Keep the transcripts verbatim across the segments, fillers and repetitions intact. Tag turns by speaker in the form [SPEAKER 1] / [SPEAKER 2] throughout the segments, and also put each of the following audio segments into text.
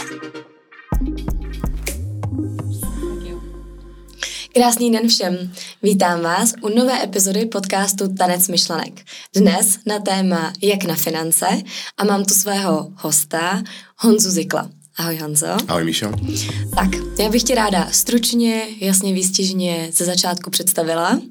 [SPEAKER 1] Krásný den všem. Vítám vás u nové epizody podcastu Tanec myšlenek. Dnes na téma Jak na finance a mám tu svého hosta Honzu Zikla. Ahoj Honzo.
[SPEAKER 2] Ahoj Míšo.
[SPEAKER 1] Tak, já bych tě ráda stručně, jasně výstižně ze začátku představila.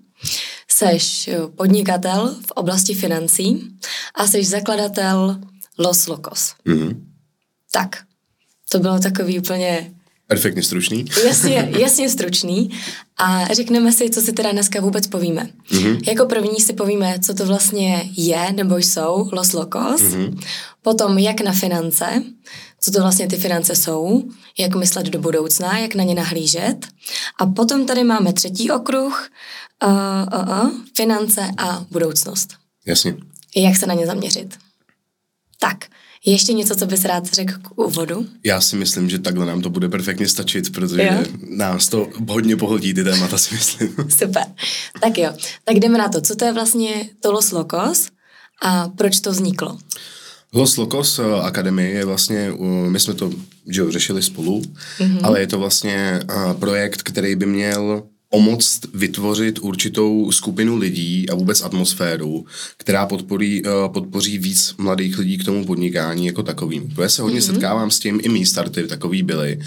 [SPEAKER 1] Seš podnikatel v oblasti financí a seš zakladatel Los Locos.
[SPEAKER 2] Mm-hmm.
[SPEAKER 1] Tak, to bylo takový úplně...
[SPEAKER 2] Perfektně stručný.
[SPEAKER 1] Jasně, jasně stručný. A řekneme si, co si teda dneska vůbec povíme. Mm-hmm. Jako první si povíme, co to vlastně je, nebo jsou Los Locos. Mm-hmm. Potom, jak na finance, co to vlastně ty finance jsou, jak myslet do budoucna, jak na ně nahlížet. A potom tady máme třetí okruh, uh, uh, uh, finance a budoucnost.
[SPEAKER 2] Jasně.
[SPEAKER 1] Jak se na ně zaměřit. Tak, ještě něco, co bys rád řekl k úvodu?
[SPEAKER 2] Já si myslím, že takhle nám to bude perfektně stačit, protože jo? nás to hodně pohltí ty témata, si myslím.
[SPEAKER 1] Super. Tak jo, tak jdeme na to. Co to je vlastně to Los Locos a proč to vzniklo?
[SPEAKER 2] Los Locos Akademie je vlastně, my jsme to že jo, řešili spolu, mm-hmm. ale je to vlastně projekt, který by měl pomoct vytvořit určitou skupinu lidí a vůbec atmosféru, která podporí, podpoří víc mladých lidí k tomu podnikání jako takovým. Já se hodně mm-hmm. setkávám s tím, i mý starty takový byly,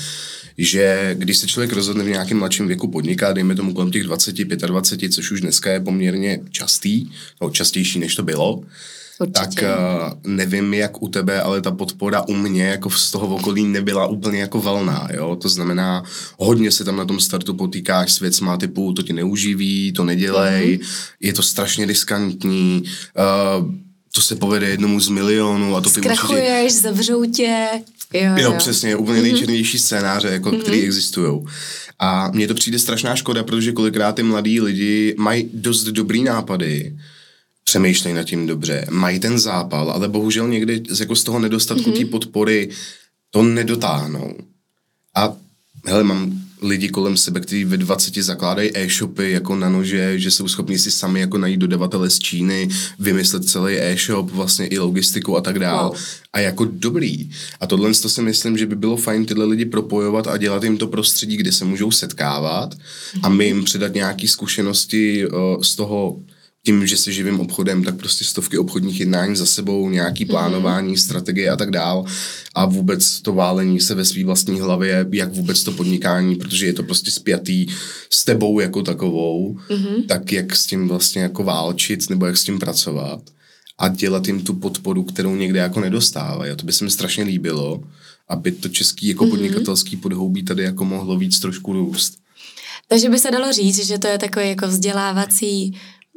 [SPEAKER 2] že když se člověk rozhodne v nějakém mladším věku podnikat, dejme tomu kolem těch dvacet, dvacet pět, což už dneska je poměrně častý, no častější, než to bylo, určitě. Tak uh, nevím, jak u tebe, ale ta podpora u mě jako z toho okolí nebyla úplně jako valná, jo, to znamená, hodně se tam na tom startu potýkáš s věcma typu, to ti neuživí, to nedělej, mm-hmm. je to strašně riskantní, uh, to se povede jednomu z milionů a to ty
[SPEAKER 1] zkrachuješ, určitě... zavřou tě, jo, jo.
[SPEAKER 2] jo přesně, úplně mm-hmm. nejčernější scénáře, jako, mm-hmm. které existujou. A mně to přijde strašná škoda, protože kolikrát ty mladí lidi mají dost dobrý nápady, přemýšlej nad tím dobře, mají ten zápal, ale bohužel někdy jako z toho nedostatku mm-hmm. té podpory to nedotáhnou. A hele, mám lidi kolem sebe, kteří ve dvaceti zakládají e-shopy jako na nože, že jsou schopni si sami jako najít dodavatele z Číny, vymyslet celý e-shop, vlastně i logistiku a tak dál. Wow. A jako dobrý. A tohle to si myslím, že by bylo fajn tyhle lidi propojovat a dělat jim to prostředí, kde se můžou setkávat mm-hmm. a my jim předat nějaké zkušenosti uh, z toho, tím, že se živím obchodem, tak prostě stovky obchodních jednání za sebou, nějaký plánování, mm-hmm. strategie a tak dál a vůbec to válení se ve svý vlastní hlavě, jak vůbec to podnikání, protože je to prostě spjatý s tebou jako takovou, mm-hmm. tak jak s tím vlastně jako válčit nebo jak s tím pracovat a dělat jim tu podporu, kterou někde jako nedostávají. A to by se mi strašně líbilo, aby to český jako mm-hmm. podnikatelský podhoubí tady jako mohlo víc trošku růst.
[SPEAKER 1] Takže by se dalo říct, že to je takový jako vzdělávací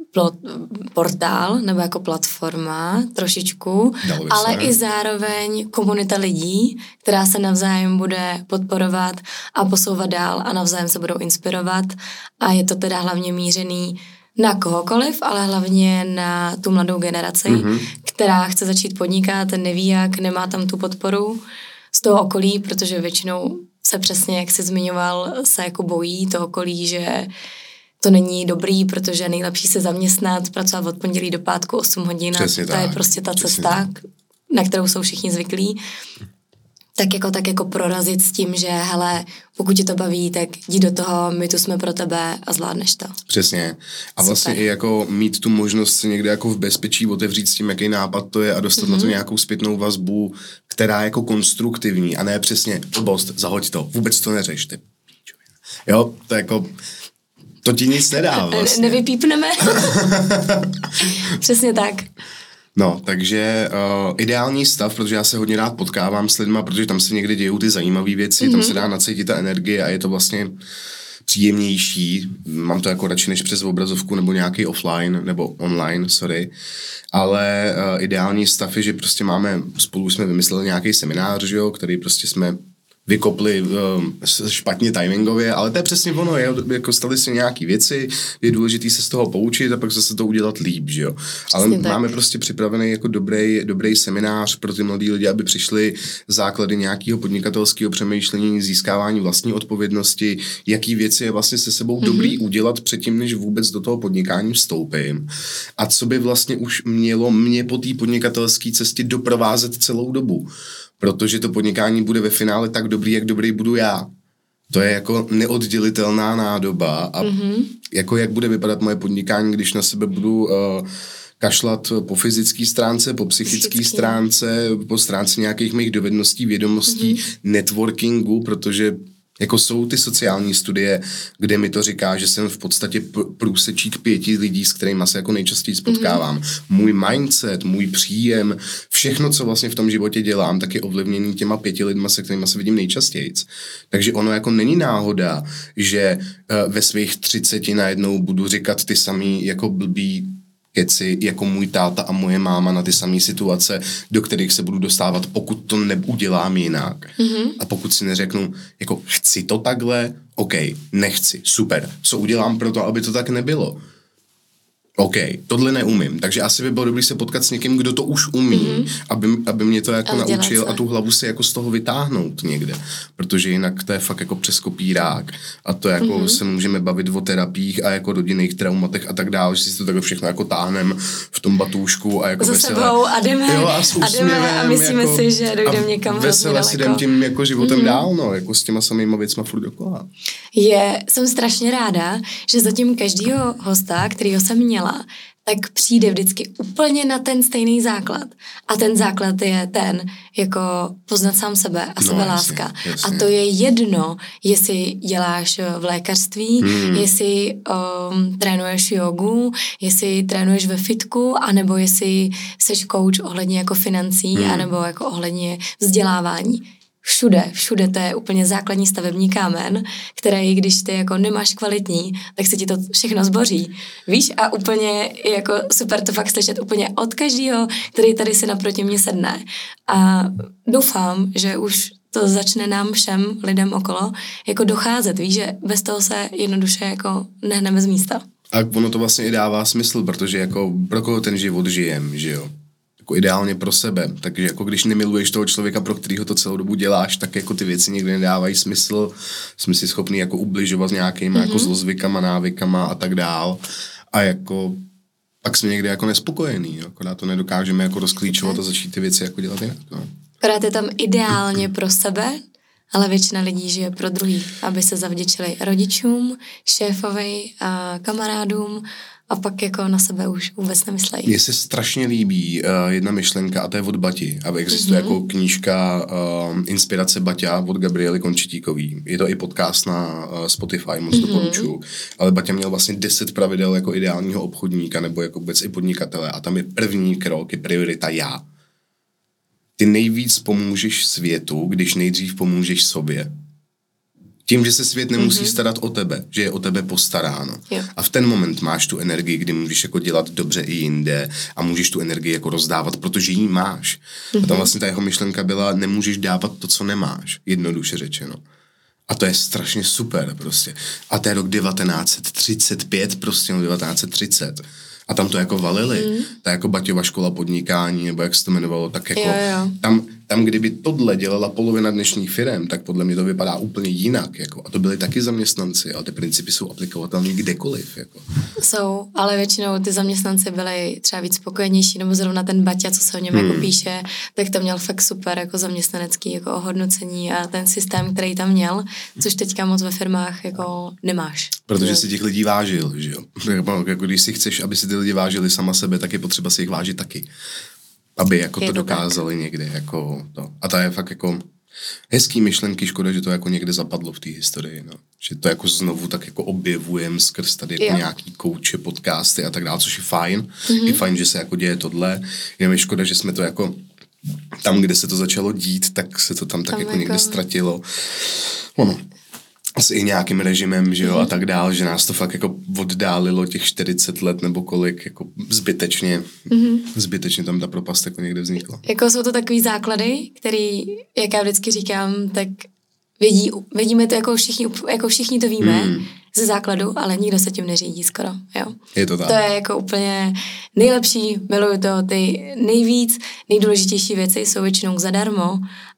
[SPEAKER 1] portál nebo jako platforma trošičku, ale i zároveň komunita lidí, která se navzájem bude podporovat a posouvat dál a navzájem se budou inspirovat a je to teda hlavně mířený na kohokoliv, ale hlavně na tu mladou generaci, mm-hmm. která chce začít podnikat, neví jak, nemá tam tu podporu z toho okolí, protože většinou se přesně, jak jsi zmiňoval, se jako bojí to okolí, že to není dobrý, protože nejlepší se zaměstnat, pracovat od pondělí do pátku osm hodin a to tak, je prostě ta cesta, tak. na kterou jsou všichni zvyklí. Tak jako, tak jako prorazit s tím, že hele, pokud ti to baví, tak jdi do toho, my tu jsme pro tebe a zvládneš to.
[SPEAKER 2] Přesně. A vlastně Super. I jako mít tu možnost si někde jako v bezpečí otevřít s tím, jaký nápad to je a dostat mm-hmm. na to nějakou zpětnou vazbu, která je jako konstruktivní a ne přesně, blbost, zahoď to, vůbec to neřeš. Ty. Jo, to je jako... To ti nic nedá vlastně.
[SPEAKER 1] Nevypípneme. Přesně tak.
[SPEAKER 2] No, takže uh, ideální stav, protože já se hodně rád potkávám s lidma, protože tam se někdy dějou ty zajímavé věci, mm-hmm. tam se dá nacítit ta energie a je to vlastně příjemnější. Mám to jako radši než přes obrazovku nebo nějaký offline, nebo online, sorry. Ale uh, ideální stav je, že prostě máme, spolu jsme vymysleli nějaký seminář, že jo, který prostě jsme vykopli um, špatně timingově, ale to je přesně ono, je, jako staly se nějaký věci, je důležité se z toho poučit a pak zase to udělat líp, že jo. Přesně ale tak. Máme prostě připravený jako dobrý, dobrý seminář pro ty mladí lidi, aby přišli základy nějakého podnikatelského přemýšlení, získávání vlastní odpovědnosti, jaký věci je vlastně se sebou mm-hmm. dobrý udělat předtím, než vůbec do toho podnikání vstoupím. A co by vlastně už mělo mě po té podnikatelské cestě doprovázet celou dobu. protože to podnikání bude ve finále tak dobrý, jak dobrý budu já. To je jako neoddělitelná nádoba a mm-hmm. jako jak bude vypadat moje podnikání, když na sebe budu uh, kašlat po fyzické stránce, po psychické stránce, po stránce nějakých mých dovedností, vědomostí, mm-hmm. networkingu, protože jako jsou ty sociální studie, kde mi to říká, že jsem v podstatě průsečík pěti lidí, s kterými se jako nejčastěji spotkávám. Mm-hmm. Můj mindset, můj příjem, všechno, co vlastně v tom životě dělám, tak je ovlivněný těma pěti lidma, se kterými se vidím nejčastěji. Takže ono jako není náhoda, že uh, ve svých třiceti najednou budu říkat ty samý jako blbý keci jako můj táta a moje máma na ty samé situace, do kterých se budu dostávat, pokud to neudělám jinak. Mm-hmm. A pokud si neřeknu, jako chci to takhle, OK, nechci, super. Co udělám pro to, aby to tak nebylo? OK, tohle neumím, takže asi by bylo dobré se potkat s někým, kdo to už umí, mm-hmm. aby, aby mě to jako a naučil se. A tu hlavu si jako z toho vytáhnout někde, protože jinak to je fakt jako přes kopírák a to jako mm-hmm. se můžeme bavit o terapiích a jako rodinných traumatech a tak dále, že si to takhle všechno jako táhneme v tom batůžku a jako
[SPEAKER 1] za
[SPEAKER 2] veselé.
[SPEAKER 1] sebou a jdeme,
[SPEAKER 2] jo, a, s
[SPEAKER 1] a jdeme a myslíme
[SPEAKER 2] jako,
[SPEAKER 1] si, že dojdeme někam
[SPEAKER 2] veselé si jdem tím jako životem mm-hmm. dál, no, jako s těma samýma věcma furt dokola.
[SPEAKER 1] Je, jsem strašně ráda, že zatím každýho hosta, kterýho jsem měla, tak přijde vždycky úplně na ten stejný základ. A ten základ je ten, jako poznat sám sebe a
[SPEAKER 2] no,
[SPEAKER 1] sebeláska.
[SPEAKER 2] Jasně, jasně.
[SPEAKER 1] A to je jedno, jestli děláš v lékařství, hmm. jestli um, trénuješ jogu, jestli trénuješ ve fitku, anebo jestli seš coach ohledně jako financí, hmm. anebo jako ohledně vzdělávání. Všude, všude to je úplně základní stavební kámen, který, když ty jako nemáš kvalitní, tak se ti to všechno zboří. Víš? A úplně jako super to fakt slyšet úplně od každého, který tady si naproti mě sedne. A doufám, že už to začne nám všem lidem okolo jako docházet. Víš, že bez toho se jednoduše jako nehneme z místa.
[SPEAKER 2] A ono to vlastně i dává smysl, protože jako pro koho ten život žijem, že jo? Jako ideálně pro sebe, takže jako když nemiluješ toho člověka, pro kterýho to celou dobu děláš, tak jako ty věci někdy nedávají smysl, jsme si schopni jako ubližovat nějakýma mm-hmm. jako zlozvykama, návykama a tak dál a jako pak jsme někdy jako nespokojení, jo? Akorát to nedokážeme jako rozklíčovat a začít ty věci jako dělat jinak. No.
[SPEAKER 1] Akorát je tam ideálně pro sebe, ale většina lidí žije pro druhý, aby se zavděčili rodičům, šéfovi a kamarádům a pak jako na sebe už vůbec nemyslejí.
[SPEAKER 2] Mně se strašně líbí uh, jedna myšlenka a to je od Bati. A existuje mm-hmm. jako knížka uh, Inspirace Baťa od Gabriely Končitíkový. Je to i podcast na uh, Spotify, moc mm-hmm. doporučuji. Ale Baťa měl vlastně deset pravidel jako ideálního obchodníka nebo jako vůbec i podnikatele a tam je první krok, je priorita já. Ty nejvíc pomůžeš světu, když nejdřív pomůžeš sobě. Tím, že se svět nemusí mm-hmm. starat o tebe, že je o tebe postaráno. Jo. A v ten moment máš tu energii, kdy můžeš jako dělat dobře i jinde a můžeš tu energii jako rozdávat, protože ji máš. Mm-hmm. A tam vlastně ta jeho myšlenka byla, nemůžeš dávat to, co nemáš, jednoduše řečeno. A to je strašně super prostě. A to je rok devatenáct třicet pět, prostě no devatenáct třicet. A tam to jako valili. Mm. Ta jako Baťova škola podnikání, nebo jak se to jmenovalo, tak jako
[SPEAKER 1] jo, jo.
[SPEAKER 2] Tam, tam, kdyby tohle dělala polovina dnešních firem, tak podle mě to vypadá úplně jinak. Jako. A to byli taky zaměstnanci, ale ty principy jsou aplikovatelné kdekoliv. Jako.
[SPEAKER 1] Jsou, ale většinou ty zaměstnanci byli třeba víc spokojenější, nebo zrovna ten Baťa, co se o něm hmm. jako píše, tak to měl fakt super jako zaměstnanecký jako ohodnocení a ten systém, který tam měl, což teďka moc ve firmách jako nemáš.
[SPEAKER 2] Protože jo. si těch lidí vážil, že jo. Jako když si chceš, aby si ty lidi vážili sama sebe, tak je potřeba si jich vážit taky. Aby jako to, to dokázali tak. někdy. Jako to. A to je fakt jako hezký myšlenky, škoda, že to jako někde zapadlo v té historii. No. Že to jako znovu tak jako objevujem skrz tady jako nějaký kouče, podcasty a tak dále, což je fajn. Mm-hmm. Je fajn, že se jako děje tohle. Jenom je škoda, že jsme to jako tam, kde se to začalo dít, tak se to tam tak tam jako, jako někde ztratilo. Ono. S i nějakým režimem, že jo, mm. a tak dál, že nás to fakt jako oddálilo těch čtyřicet let nebo kolik, jako zbytečně, mm. zbytečně tam ta propast jako někde vznikla.
[SPEAKER 1] Jako jsou to takový základy, který, jak já vždycky říkám, tak vědí, vědíme to jako všichni, jako všichni to víme mm. ze základu, ale nikdo se tím neřídí skoro, jo.
[SPEAKER 2] Je to tak.
[SPEAKER 1] To je jako úplně nejlepší, miluju to, ty nejvíc, nejdůležitější věci jsou většinou zadarmo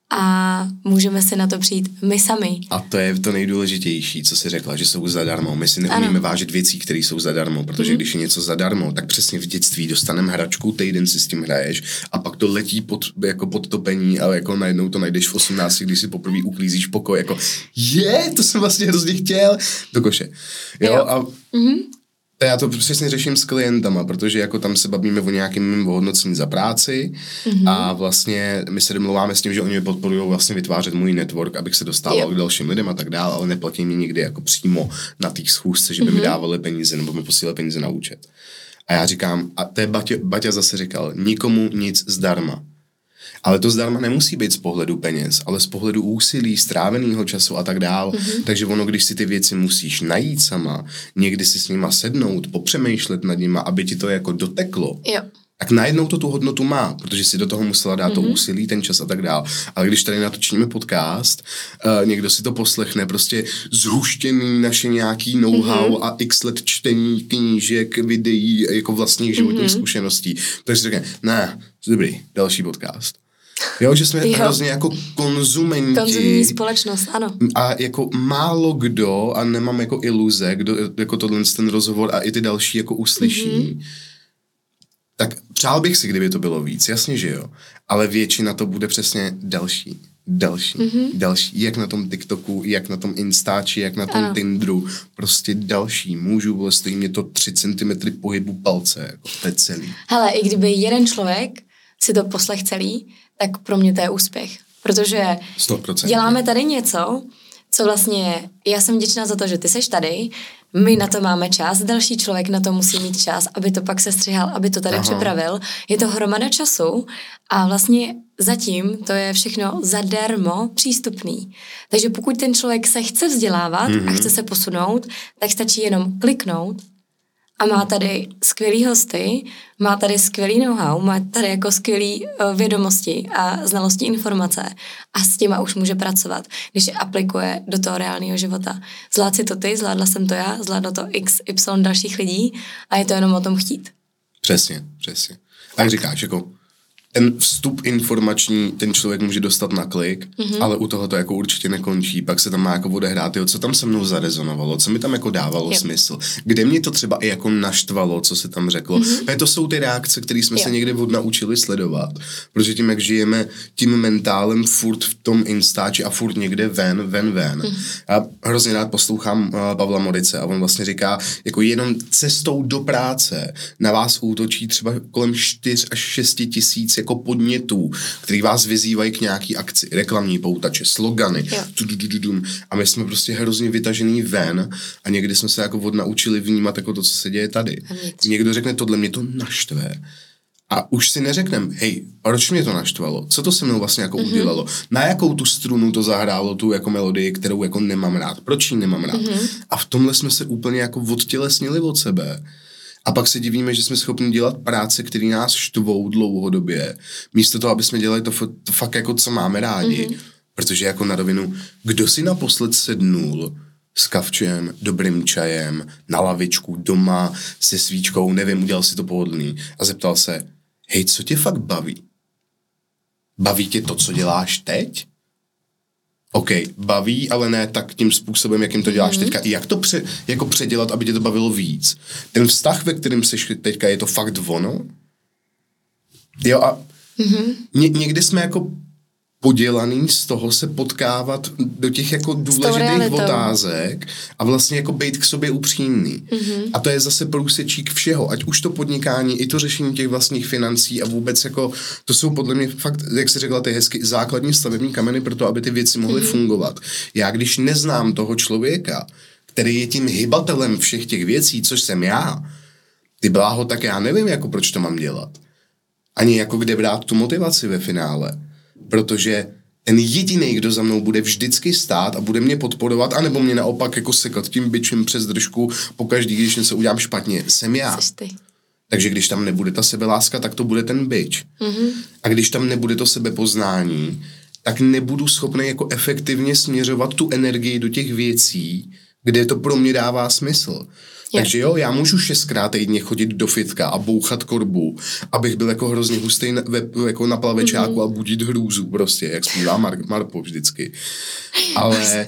[SPEAKER 1] a můžeme si na to přijít my sami.
[SPEAKER 2] A to je to nejdůležitější, co jsi řekla, že jsou zadarmo. My si neumíme ano. vážit věcí, které jsou zadarmo, protože mm. když je něco zadarmo, tak přesně v dětství dostaneme hračku, týden si s tím hraješ a pak to letí pod, jako pod topení a jako najednou to najdeš v osmnácti, když si poprvé uklízíš pokoj, jako je, to jsem vlastně hrozně chtěl, do koše. Jo, jo. A mm-hmm. já to přesně řeším s klientama, protože jako tam se bavíme o nějakém ohodnocení za práci mm-hmm. a vlastně my se domlouváme s tím, že oni mě podporují vlastně vytvářet můj network, abych se dostával yep. k dalším lidem a tak dále, ale neplatí mi nikdy jako přímo na té schůzce, že by mm-hmm. mi dávali peníze nebo mi posílali peníze na účet. A já říkám, a to je Baťa, Baťa zase říkal, nikomu nic zdarma. Ale to zdarma nemusí být z pohledu peněz, ale z pohledu úsilí, stráveného času a tak dál. Mm-hmm. Takže ono, když si ty věci musíš najít sama, někdy si s nima sednout, popřemýšlet nad nima, aby ti to jako doteklo,
[SPEAKER 1] jo.
[SPEAKER 2] tak najednou to tu hodnotu má, protože si do toho musela dát mm-hmm. to úsilí, ten čas a tak dál. Ale když tady natočíme podcast, uh, někdo si to poslechne, prostě zhuštěný naše nějaký know-how mm-hmm. a x let čtení knížek, videí, jako vlastních životních mm-hmm. zkušeností. Takže si řekne, ne, dobrý, další podcast. Jo, že jsme jo. hrozně jako konzumenti.
[SPEAKER 1] Konzumní společnost, ano.
[SPEAKER 2] A jako málo kdo, a nemám jako iluze, kdo jako tohle ten rozhovor a i ty další jako uslyší, mm-hmm. tak přál bych si, kdyby to bylo víc, jasně, že jo. Ale většina to bude přesně další, další, mm-hmm. další. Jak na tom TikToku, jak na tom Instači, jak na tom ano. Tinderu. Prostě další. Můžu, vole, stojí mě to tři centimetry pohybu palce. Jako, to je celý.
[SPEAKER 1] Hele, i kdyby jeden člověk si to poslech celý, tak pro mě to je úspěch. Protože
[SPEAKER 2] sto procent
[SPEAKER 1] děláme tady něco, co vlastně, já jsem vděčná za to, že ty seš tady, my na to máme čas, další člověk na to musí mít čas, aby to pak sestřihal, aby to tady Aha. připravil. Je to hromada času a vlastně zatím to je všechno zadarmo přístupný. Takže pokud ten člověk se chce vzdělávat mm-hmm. a chce se posunout, tak stačí jenom kliknout a má tady skvělý hosty, má tady skvělý know-how, má tady jako skvělý uh, vědomosti a znalosti informace a s těma už může pracovat, když je aplikuje do toho reálného života. Zvlád si to ty, zvládla jsem to já, zvládlo to x y dalších lidí a je to jenom o tom chtít.
[SPEAKER 2] Přesně, přesně. A jak říkáš, jako ten vstup informační ten člověk může dostat na klik, mm-hmm. ale u toho to jako určitě nekončí. Pak se tam má jako odehrát, jo, co tam se mnou zarezonovalo, co mi tam jako dávalo jo. smysl, kde mě to třeba i jako naštvalo, co se tam řeklo. Mm-hmm. To jsou ty reakce, které jsme jo. se někde odnaučili sledovat. Protože tím, jak žijeme tím mentálem furt v tom Instači a furt někde ven, ven, ven. Mm-hmm. Já hrozně rád poslouchám uh, Pavla Morice a on vlastně říká, jako jenom cestou do práce na vás útočí třeba kolem čtyři až šest tisíc jako podnětů, který vás vyzývají k nějaký akci, reklamní poutače, slogany, a my jsme prostě hrozně vytažený ven a někdy jsme se jako odnaučili vnímat jako to, co se děje tady. Někdo řekne, tohle mě to naštve. A už si neřeknem, hej, proč mě to naštvalo? Co to se mnou vlastně jako mm-hmm. udělalo? Na jakou tu strunu to zahrálo, tu jako melodii, kterou jako nemám rád? Proč ji nemám rád? Mm-hmm. A v tomhle jsme se úplně jako odtělesnili od sebe. A pak se divíme, že jsme schopni dělat práce, které nás štvou dlouhodobě. Místo toho, aby jsme dělali to, to fakt jako, co máme rádi. Mm-hmm. Protože jako na rovinu, kdo si naposled sednul s kavčem, dobrým čajem, na lavičku, doma, se svíčkou, nevím, udělal si to pohodlný a zeptal se, hej, co tě fakt baví? Baví tě to, co děláš teď? OK, baví, ale ne tak tím způsobem, jakým to děláš mm-hmm. teďka. I jak to pře, jako předělat, aby tě to bavilo víc? Ten vztah, ve kterém jsi teďka, je to fakt ono? Jo a mm-hmm. ně, někdy jsme jako podělaný z toho se potkávat do těch jako důležitých otázek a vlastně jako být k sobě upřímný. Mm-hmm. A to je zase průsečík všeho, ať už to podnikání, i to řešení těch vlastních financí a vůbec jako, to jsou podle mě fakt, jak jsi řekla, ty hezky základní stavební kameny pro to, aby ty věci mohly mm-hmm. fungovat. Já když neznám toho člověka, který je tím hybatelem všech těch věcí, což jsem já, ty bláho, tak já nevím, jako proč to mám dělat. Ani jako kde brát tu motivaci ve finále. Protože ten jediný, kdo za mnou bude vždycky stát a bude mě podporovat, anebo mě naopak jako sekat tím bičem přes držku pokaždý, když něco udělám špatně, jsem já. Takže když tam nebude ta sebeláska, tak to bude ten bič. Mm-hmm. A když tam nebude to sebepoznání, tak nebudu schopný jako efektivně směřovat tu energii do těch věcí, kde to pro mě dává smysl. Je. Takže jo, já můžu šestkrát týdně chodit do fitka a bouchat korbu, abych byl jako hrozně hustý na, jako na plavečáku mm-hmm. a budit hrůzu prostě, jak zpívá Mar- Marpo vždycky. Ale,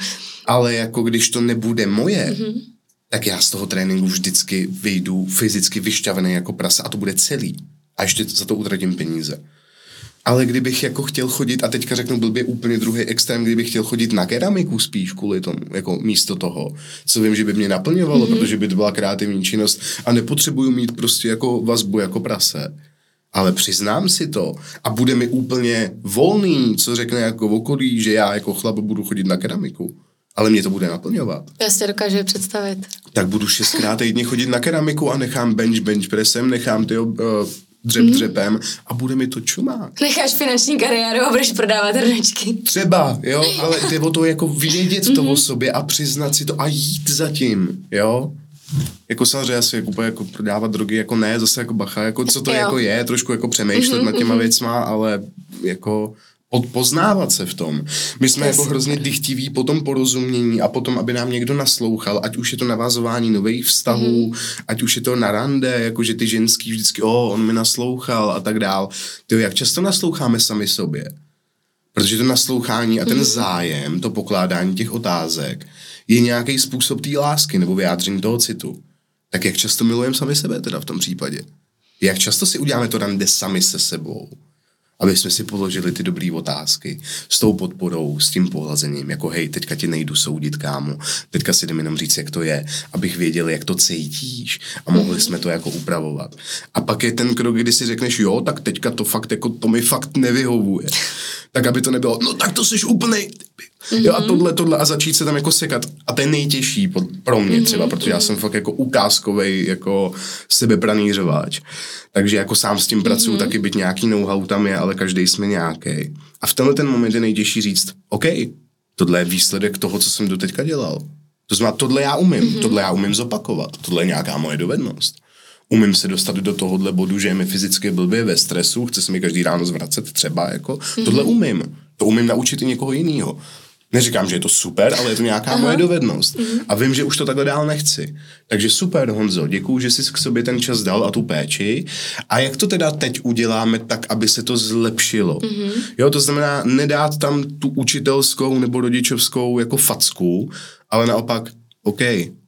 [SPEAKER 2] ale jako když to nebude moje, mm-hmm. tak já z toho tréninku vždycky vyjdu fyzicky vyšťavený jako prasa a to bude celý. A ještě za to utratím peníze. Ale kdybych jako chtěl chodit, a teďka řeknu blbě úplně druhý extrém, kdybych chtěl chodit na keramiku spíš kvůli tomu, jako místo toho, co vím, že by mě naplňovalo, mm-hmm. protože by to byla kreativní činnost a nepotřebuju mít prostě jako vazbu jako prase. Ale přiznám si to a bude mi úplně volný, co řekne jako v okolí, že já jako chlap budu chodit na keramiku. Ale mě to bude naplňovat.
[SPEAKER 1] Já si dokážu představit.
[SPEAKER 2] Tak budu šestkrát týdně chodit na keramiku a nechám bench bench pressem, nechám ty uh, dřep mm. dřepem a bude mi to čumát.
[SPEAKER 1] Necháš finanční kariéru a budeš prodávat hrnečky.
[SPEAKER 2] Třeba, jo, ale jde o to jako vědět mm-hmm. to o sobě a přiznat si to a jít za tím, jo. Jako samozřejmě asi jako, jako prodávat drogy, jako ne, zase jako bacha, jako co to jo. jako je, trošku jako přemýšlet mm-hmm, nad těma mm-hmm. věcma, ale jako odpoznávat se v tom. My jsme yes. jako hrozně dychtiví po tom porozumění a potom, aby nám někdo naslouchal, ať už je to navázování nových vztahů, mm. ať už je to na rande, jako že ty ženský vždycky, o, on mi naslouchal a tak dál. Tyjo, jak často nasloucháme sami sobě? Protože to naslouchání a ten mm. zájem, to pokládání těch otázek je nějaký způsob té lásky nebo vyjádření toho citu. Tak jak často milujeme sami sebe teda v tom případě? Jak často si uděláme to rande sami se sebou? Aby jsme si položili ty dobrý otázky s tou podporou, s tím pohlazením, jako hej, teďka ti nejdu soudit, kámo, teďka si jdem jenom říct, jak to je, abych věděl, jak to cítíš a mohli jsme to jako upravovat. A pak je ten krok, kdy si řekneš, jo, tak teďka to fakt, jako to mi fakt nevyhovuje. Tak aby to nebylo, no tak to jsi úplnej, mm-hmm. jo a tohle, tohle a začít se tam jako sekat. A to je nejtěžší pro mě třeba, mm-hmm. protože já jsem fakt jako ukázkovej, jako sebepranířováč. Takže jako sám s tím pracuju, mm-hmm. taky byť nějaký know-how tam je, ale každý jsme nějaký. A v tenhle ten moment je nejtěžší říct, OK, tohle je výsledek toho, co jsem doteďka dělal. To znamená, tohle já umím, mm-hmm. tohle já umím zopakovat, tohle je nějaká moje dovednost. Umím se dostat do tohohle bodu, že je mi fyzicky blbě ve stresu, chce se mi každý ráno zvracet třeba, jako, mm-hmm. tohle umím. To umím naučit i někoho jiného. Neříkám, že je to super, ale je to nějaká Aha. moje dovednost. Mm-hmm. A vím, že už to takhle dál nechci. Takže super, Honzo, děkuju, že jsi k sobě ten čas dal a tu péči. A jak to teda teď uděláme tak, aby se to zlepšilo? Mm-hmm. Jo, to znamená nedát tam tu učitelskou nebo rodičovskou jako facku, ale naopak, OK,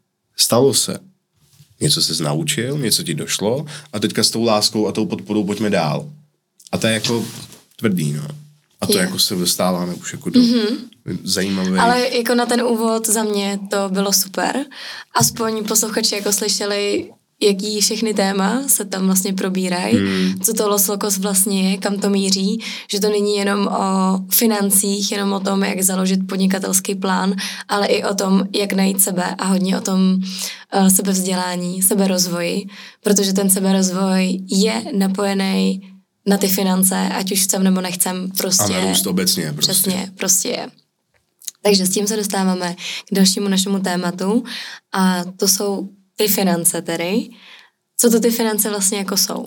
[SPEAKER 2] stalo se. Něco ses naučil, něco ti došlo a teďka s tou láskou a tou podporou pojďme dál. A to je jako tvrdý, no. A to je. Jako se dostáváme už jako do mm-hmm. zajímavé.
[SPEAKER 1] Ale jako na ten úvod za mě to bylo super. Aspoň posluchači jako slyšeli, jaký všechny téma se tam vlastně probírají, hmm. co to Los Locos vlastně je, kam to míří, že to není jenom o financích, jenom o tom, jak založit podnikatelský plán, ale i o tom, jak najít sebe a hodně o tom uh, sebevzdělání, seberozvoji, protože ten seberozvoj je napojený na ty finance, ať už chcem nebo nechcem, prostě.
[SPEAKER 2] A na růst obecně. Prostě.
[SPEAKER 1] Přesně, prostě je. Takže s tím se dostáváme k dalšímu našemu tématu a to jsou ty finance tedy. Co to ty finance vlastně jako jsou?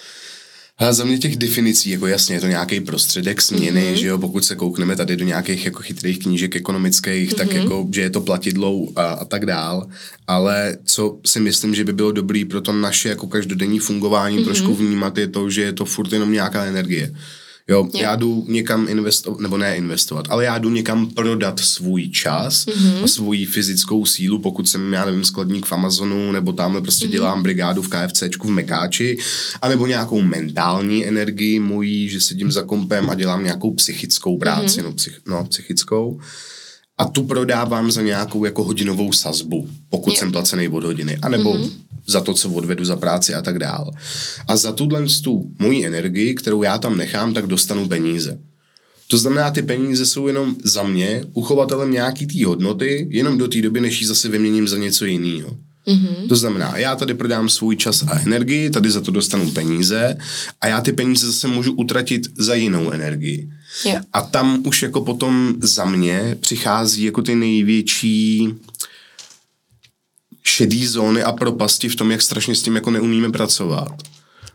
[SPEAKER 2] Ale za mě těch definicí, jako jasně, je to nějaký prostředek směny, mm-hmm. že jo, pokud se koukneme tady do nějakých jako chytrých knížek ekonomických, mm-hmm. tak jako, že je to platidlou a, a tak dál, ale co si myslím, že by bylo dobrý pro to naše jako každodenní fungování mm-hmm. trošku vnímat, je to, že je to furt jenom nějaká energie. Jo, yeah. já jdu někam investovat, nebo ne investovat, ale já jdu někam prodat svůj čas mm-hmm. a svou fyzickou sílu, pokud jsem, já nevím, skladník v Amazonu, nebo tamhle prostě mm-hmm. dělám brigádu v KFCčku v Mekáči, anebo nějakou mentální energii mojí, že sedím za kompem a dělám nějakou psychickou práci, mm-hmm. no, psych, no psychickou. A tu prodávám za nějakou jako hodinovou sazbu, pokud yeah. jsem placený od hodiny, anebo mm-hmm. za to, co odvedu za práci a tak dál. A za tuhle tu moji energii, kterou já tam nechám, tak dostanu peníze. To znamená, ty peníze jsou jenom za mě uchovatelem nějaký té hodnoty, jenom do té doby, než ji zase vyměním za něco jiného. Mm-hmm. To znamená, já tady prodám svůj čas a energii, tady za to dostanu peníze a já ty peníze zase můžu utratit za jinou energii. Yeah. A tam už jako potom za mě přichází jako ty největší šedý zóny a propasti v tom, jak strašně s tím jako neumíme pracovat.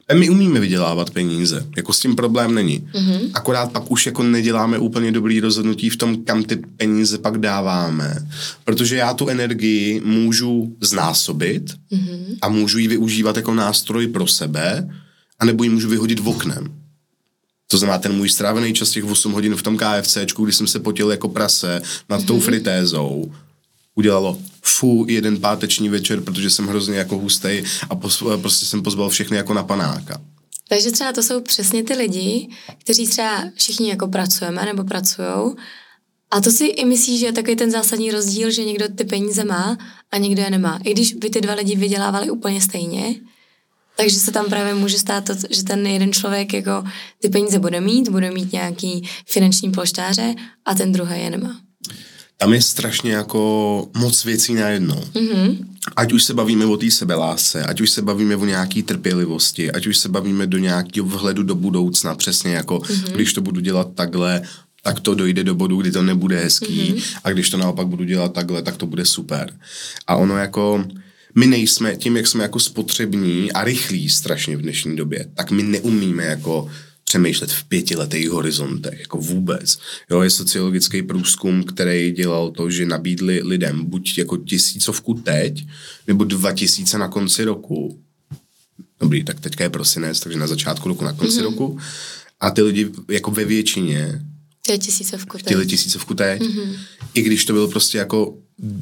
[SPEAKER 2] A my umíme vydělávat peníze, jako s tím problém není. Mm-hmm. Akorát pak už jako neděláme úplně dobrý rozhodnutí v tom, kam ty peníze pak dáváme. Protože já tu energii můžu znásobit mm-hmm. a můžu ji využívat jako nástroj pro sebe, anebo ji můžu vyhodit v oknem. To znamená, ten můj strávený čas těch osm hodin v tom KFCčku, kdy jsem se potil jako prase nad mm-hmm. tou fritézou, udělalo fu jeden páteční večer, protože jsem hrozně jako hustej a pos, prostě jsem pozval všechny jako na panáka.
[SPEAKER 1] Takže třeba to jsou přesně ty lidi, kteří třeba všichni jako pracujeme nebo pracujou a to si i myslíš, že je takový ten zásadní rozdíl, že někdo ty peníze má a někdo je nemá. I když by ty dva lidi vydělávali úplně stejně, takže se tam právě může stát to, že ten jeden člověk jako ty peníze bude mít, bude mít nějaký finanční polštáře a ten druhý je nemá.
[SPEAKER 2] Tam je strašně jako moc věcí najednou. Mm-hmm. Ať už se bavíme o té sebelásce, ať už se bavíme o nějaký trpělivosti, ať už se bavíme do nějakého vhledu do budoucna, přesně jako mm-hmm. když to budu dělat takhle, tak to dojde do bodu, kdy to nebude hezký mm-hmm. a když to naopak budu dělat takhle, tak to bude super. A ono jako, my nejsme, tím jak jsme jako spotřební a rychlí strašně v dnešní době, tak my neumíme jako přemýšlet v pětiletých horizontech, jako vůbec. Jo, je sociologický průzkum, který dělal to, že nabídli lidem buď jako tisícovku teď, nebo dva tisíce na konci roku. Dobrý, tak teďka je prosinec, takže na začátku roku, na konci mm-hmm. roku. A ty lidi jako ve většině
[SPEAKER 1] chtěli tisícovku teď.
[SPEAKER 2] Chtěli tisícovku teď. Mm-hmm. I když to byl prostě jako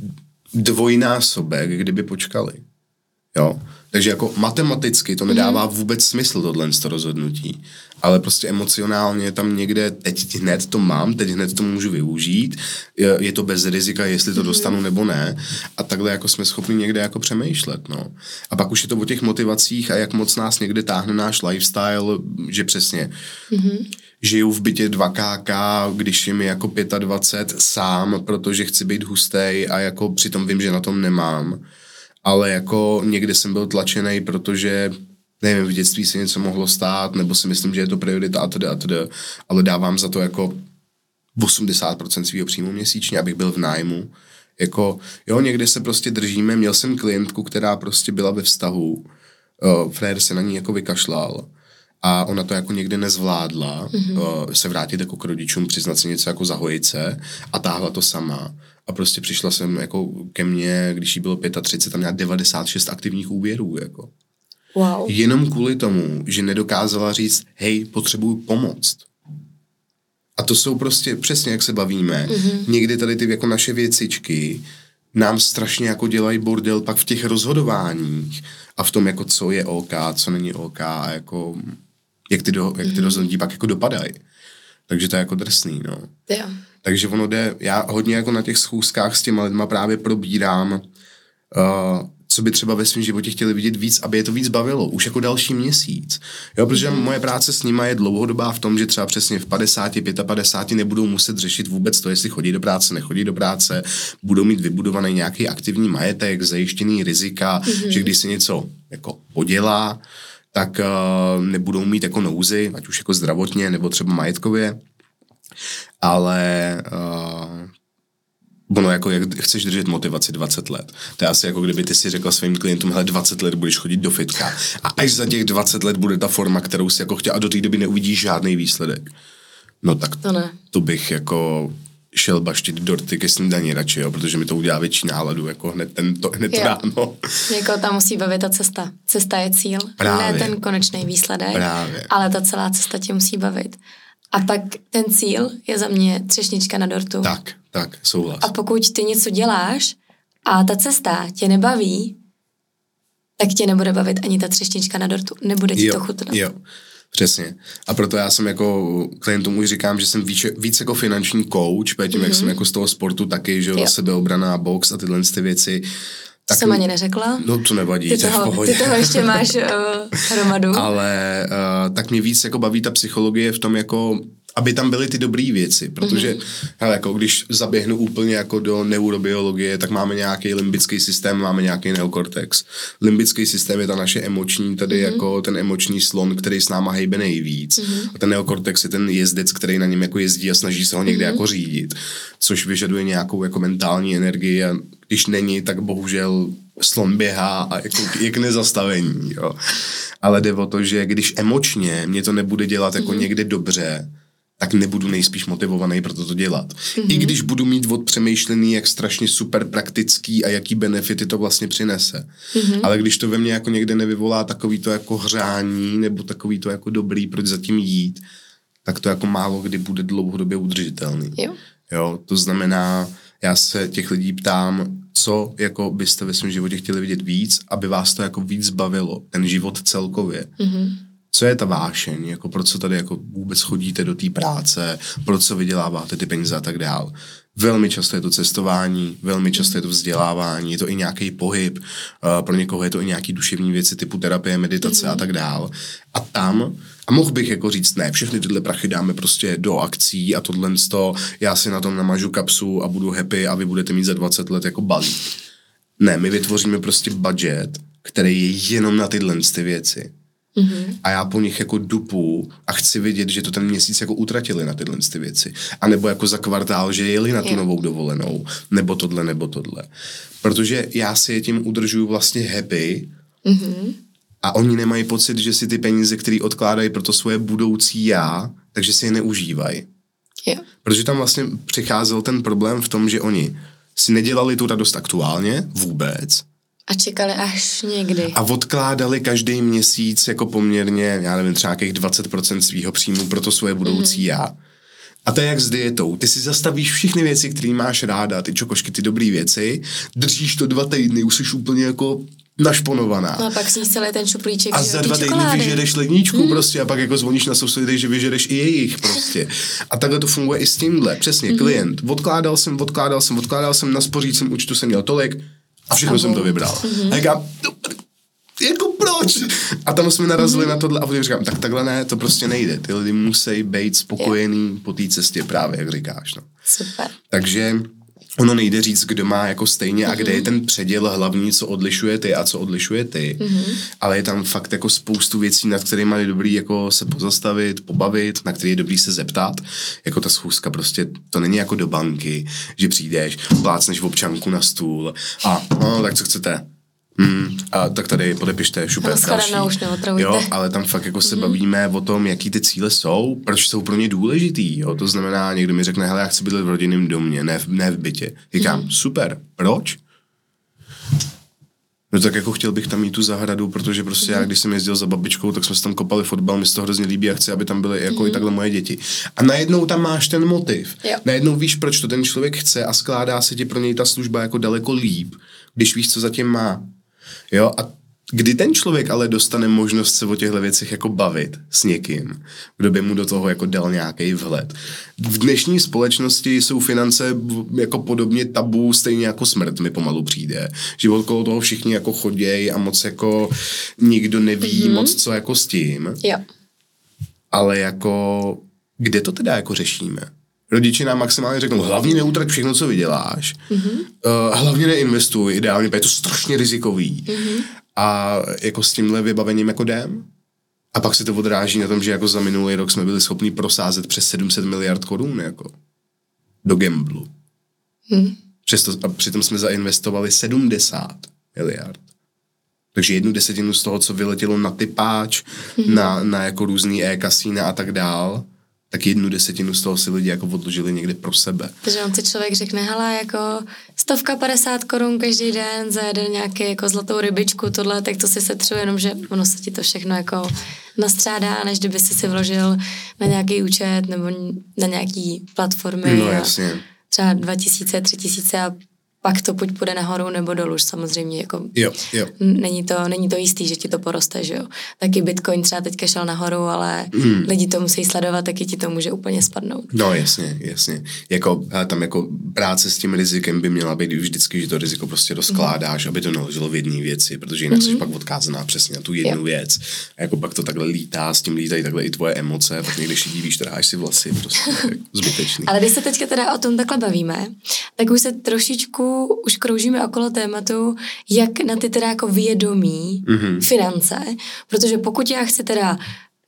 [SPEAKER 2] dvojnásobek, kdyby počkali. Jo. Takže jako matematicky to nedává mm. vůbec smysl tohle rozhodnutí, ale prostě emocionálně tam někde teď hned to mám, teď hned to můžu využít, je, je to bez rizika, jestli to mm. dostanu nebo ne a takhle jako jsme schopni někde jako přemýšlet, no. A pak už je to o těch motivacích a jak moc nás někde táhne náš lifestyle, že přesně mm. žiju v bytě dva ká ká, když je mi jako dvacet pět sám, protože chci být hustej a jako přitom vím, že na tom nemám. Ale jako někde jsem byl tlačený, protože nevím, v dětství se něco mohlo stát, nebo si myslím, že je to priorita a teda a teda, ale dávám za to jako osmdesát procent svýho příjmu měsíčně, abych byl v nájmu. Jako, jo, někde se prostě držíme, měl jsem klientku, která prostě byla ve vztahu, uh, frér se na ní jako vykašlal a ona to jako někde nezvládla, mm-hmm. uh, se vrátit jako k rodičům, přiznat si něco jako zahojit se a táhla to sama. A prostě přišla jsem jako ke mně, když jí bylo třicet pět, tam měla devadesát šest aktivních úvěrů. Jako.
[SPEAKER 1] Wow.
[SPEAKER 2] Jenom kvůli tomu, že nedokázala říct, hej, potřebuju pomoct. A to jsou prostě přesně, jak se bavíme. Mm-hmm. Někdy tady ty jako naše věcičky nám strašně jako dělají bordel pak v těch rozhodováních a v tom, jako co je OK, co není OK a jako jak ty, do, jak ty mm-hmm. rozhodnutí pak jako dopadají. Takže to je jako drsný, no.
[SPEAKER 1] Jo.
[SPEAKER 2] Takže ono jde, já hodně jako na těch schůzkách s těma lidma právě probírám, uh, co by třeba ve svém životě chtěli vidět víc, aby je to víc bavilo, už jako další měsíc. Jo, protože mm. moje práce s nima je dlouhodobá v tom, že třeba přesně v padesáti, padesát pěti nebudou muset řešit vůbec to, jestli chodí do práce, nechodí do práce, budou mít vybudovaný nějaký aktivní majetek, zajištěný rizika, mm. že když se něco jako podělá, tak uh, nebudou mít jako nouzy, ať už jako zdravotně, nebo třeba majetkově. Ale uh, ono jako, jak chceš držet motivaci dvacet let. To je asi jako kdyby ty si řekla svým klientům, hele, dvacet let budeš chodit do fitka a až za těch dvacet let bude ta forma, kterou si jako chtěl a do té doby neuvidíš žádný výsledek. No tak
[SPEAKER 1] to, ne.
[SPEAKER 2] to bych jako šel baštit dorty ke snídani radši, jo, protože mi to udělá větší náladu, jako hned, ten, to, hned ráno.
[SPEAKER 1] Jako tam musí bavit ta cesta. Cesta je cíl, Právě. ne ten konečný výsledek,
[SPEAKER 2] Právě.
[SPEAKER 1] ale ta celá cesta tě musí bavit. A pak ten cíl je za mě třešnička na dortu.
[SPEAKER 2] Tak, tak, souhlas.
[SPEAKER 1] A pokud ty něco děláš a ta cesta tě nebaví, tak tě nebude bavit ani ta třešnička na dortu. Nebude ti
[SPEAKER 2] jo,
[SPEAKER 1] to chutnat.
[SPEAKER 2] Jo, přesně. A proto já jsem jako klientům už říkám, že jsem víc, víc jako finanční coach, protože tím, mm-hmm. jak jsem jako z toho sportu taky, že jo, sebeobrana, box a tyhle ty věci.
[SPEAKER 1] Tak jsem ani neřekla.
[SPEAKER 2] No to nevadí,
[SPEAKER 1] ty toho,
[SPEAKER 2] to je v
[SPEAKER 1] ty toho ještě máš uh, hromadu.
[SPEAKER 2] Ale uh, tak mě víc jako baví ta psychologie v tom jako, aby tam byly ty dobrý věci, protože mm-hmm. hele, jako když zaběhnu úplně jako do neurobiologie, tak máme nějaký limbický systém, máme nějaký neokortex. Limbický systém je ta naše emoční, tady mm-hmm. jako ten emoční slon, který s náma hejbe nejvíc. Mm-hmm. A ten neokortex je ten jezdec, který na něm jako jezdí a snaží se ho někde mm-hmm. jako řídit, což vyžaduje nějakou jako mentální energii a když není, tak bohužel slon běhá a jako je k nezastavení, jo. ale jde o to, že když emočně mě to nebude dělat jako mm-hmm. někde dobře, tak nebudu nejspíš motivovaný pro to dělat. Mm-hmm. I když budu mít odpřemýšlený, jak strašně super praktický a jaký benefity to vlastně přinese. Mm-hmm. Ale když to ve mně jako někde nevyvolá takový to jako hřání nebo takový to jako dobrý, proč zatím jít, tak to jako málo kdy bude dlouhodobě udržitelný.
[SPEAKER 1] Jo.
[SPEAKER 2] Jo, to znamená, já se těch lidí ptám, co jako byste ve svém životě chtěli vidět víc, aby vás to jako víc bavilo, ten život celkově. Mm-hmm. Co je ta vášeň, jako proč co tady jako vůbec chodíte do té práce, proč co vyděláváte ty peníze a tak dál. Velmi často je to cestování, velmi často je to vzdělávání, je to i nějaký pohyb, uh, pro někoho je to i nějaký duševní věci typu terapie, meditace mm-hmm. a tak dál. A tam, a mohl bych jako říct, ne, všechny tyhle prachy dáme prostě do akcí a tohle sto, já si na tom namažu kapsu a budu happy a vy budete mít za dvacet let jako balík. Ne, my vytvoříme prostě budget, který je jenom na tyhle ty věci. Mm-hmm. A já po nich jako dupu a chci vidět, že to ten měsíc jako utratili na tyhle ty věci. A nebo jako za kvartál, že jeli na tu novou dovolenou. Nebo tohle, nebo tohle. Protože já si je tím udržuju vlastně happy mm-hmm. a oni nemají pocit, že si ty peníze, které odkládají pro to svoje budoucí já, takže si je neužívají.
[SPEAKER 1] Yeah.
[SPEAKER 2] Protože tam vlastně přicházel ten problém v tom, že oni si nedělali tu radost aktuálně vůbec.
[SPEAKER 1] A čekali až někdy.
[SPEAKER 2] A odkládali každý měsíc jako poměrně, já nevím, třeba nějakých dvacet procent svýho příjmu pro to svoje budoucí mm-hmm. já. A to je jak s dietou. Ty si zastavíš všechny věci, které máš ráda, ty čokošky, ty dobrý věci, držíš to dva týdny, už jsi úplně jako našponovaná.
[SPEAKER 1] No a pak sníš celý ten šuplíček.
[SPEAKER 2] A za dva týdny vyžereš ledničku mm. prostě a pak jako zvoníš na sousedech, že vyžereš i jejich prostě. A takhle to funguje i s tímhle. Přesně, mm-hmm. klient. Odkládal jsem, odkládal jsem, odkládal jsem, na spořícím účtu jsem měl tolik, a všechno jsem to vybral. Mm-hmm. A říkám, jako proč? A tam jsme narazili mm-hmm. na tohle a potom říkám, tak takhle ne, to prostě nejde. Ty lidi musí být spokojený yeah. po té cestě právě, jak říkáš. No.
[SPEAKER 1] Super.
[SPEAKER 2] Takže ono nejde říct, kdo má jako stejně mm-hmm. a kde je ten předěl hlavní, co odlišuje ty a co odlišuje ty. Mm-hmm. Ale je tam fakt jako spoustu věcí, nad kterými je dobrý jako se pozastavit, pobavit, na který je dobrý se zeptat. Jako ta schůzka prostě, to není jako do banky, že přijdeš, plácneš občanku na stůl a no, tak co chcete? Hmm, a tak tady podepište, šupe, další. Jo, ale tam fakt jako se mm-hmm. bavíme o tom, jaký ty cíle jsou, proč jsou pro ně důležitý, jo, to znamená, někdo mi řekne, hele, já chci bydlet v rodinném domě, ne v, ne v bytě. Říkám, mm-hmm. super, proč? No tak jako chtěl bych tam mít tu zahradu, protože prostě mm-hmm. já, když jsem jezdil za babičkou, tak jsme se tam kopali fotbal, mi se to hrozně líbí a chci, aby tam byly jako mm-hmm. i takhle moje děti. A najednou tam máš ten motiv. Jo. Najednou víš, proč to ten člověk chce a skládá se ti pro něj ta služba jako daleko líp, když víš, co zatím má. Jo, a kdy ten člověk ale dostane možnost se o těchto věcech jako bavit s někým, kdo by mu do toho jako dal nějaký vhled. V dnešní společnosti jsou finance jako podobně tabu, stejně jako smrt mi pomalu přijde. Že okolo toho všichni jako chodějí a moc jako nikdo neví mm-hmm. moc co jako s tím.
[SPEAKER 1] Jo.
[SPEAKER 2] Ale jako kde to teda jako řešíme? Rodiče nám maximálně řeknou, hlavně neutrať všechno, co vyděláš. Mm-hmm. Uh, hlavně neinvestuj, ideálně, protože je to strašně rizikový. Mm-hmm. A jako s tímhle vybavením jako jdem. A pak se to odráží na tom, že jako za minulý rok jsme byli schopni prosázet přes sedm set miliard korun jako do gamblu. Mm. Přesto, a přitom jsme zainvestovali sedmdesát miliard. Takže jednu desetinu z toho, co vyletělo na typáč, mm-hmm. na, na jako různý e-kasína a tak dál, tak jednu desetinu z toho si lidi jako odložili někde pro sebe.
[SPEAKER 1] Takže on si člověk řekne, hele, jako stovka padesát korun každý den za jeden nějaký jako zlatou rybičku, tohle, tak to si setřu, jenom že ono se ti to všechno jako nastřádá, než kdyby si si vložil na nějaký účet nebo na nějaký platformy.
[SPEAKER 2] No jasně.
[SPEAKER 1] Třeba dva tisíce, tři tisíce a pak to buď půjde nahoru nebo dolů, samozřejmě jako
[SPEAKER 2] jo, jo.
[SPEAKER 1] Není, to, není to jistý, že ti to poroste, že jo. Taky Bitcoin třeba teďka šel nahoru, ale hmm. lidi to musí sledovat, taky ti to může úplně spadnout.
[SPEAKER 2] No jasně, jasně. Jako, tam jako práce s tím rizikem by měla být vždycky, že to riziko prostě doskládáš, mm. aby to neleželo v jedné věci, protože jinak mm-hmm. jsi pak odkázaná přesně na tu jednu jo. věc. A jako pak to takhle lítá, s tím lítají takhle i tvoje emoce, tak někdy si divíš, trháš si vlasy, prostě zbytečný.
[SPEAKER 1] Ale když se teďka teda o tom takhle bavíme, tak už se trošičku už kroužíme okolo tématu, jak na ty teda jako vědomí mm-hmm. finance, protože pokud já chci teda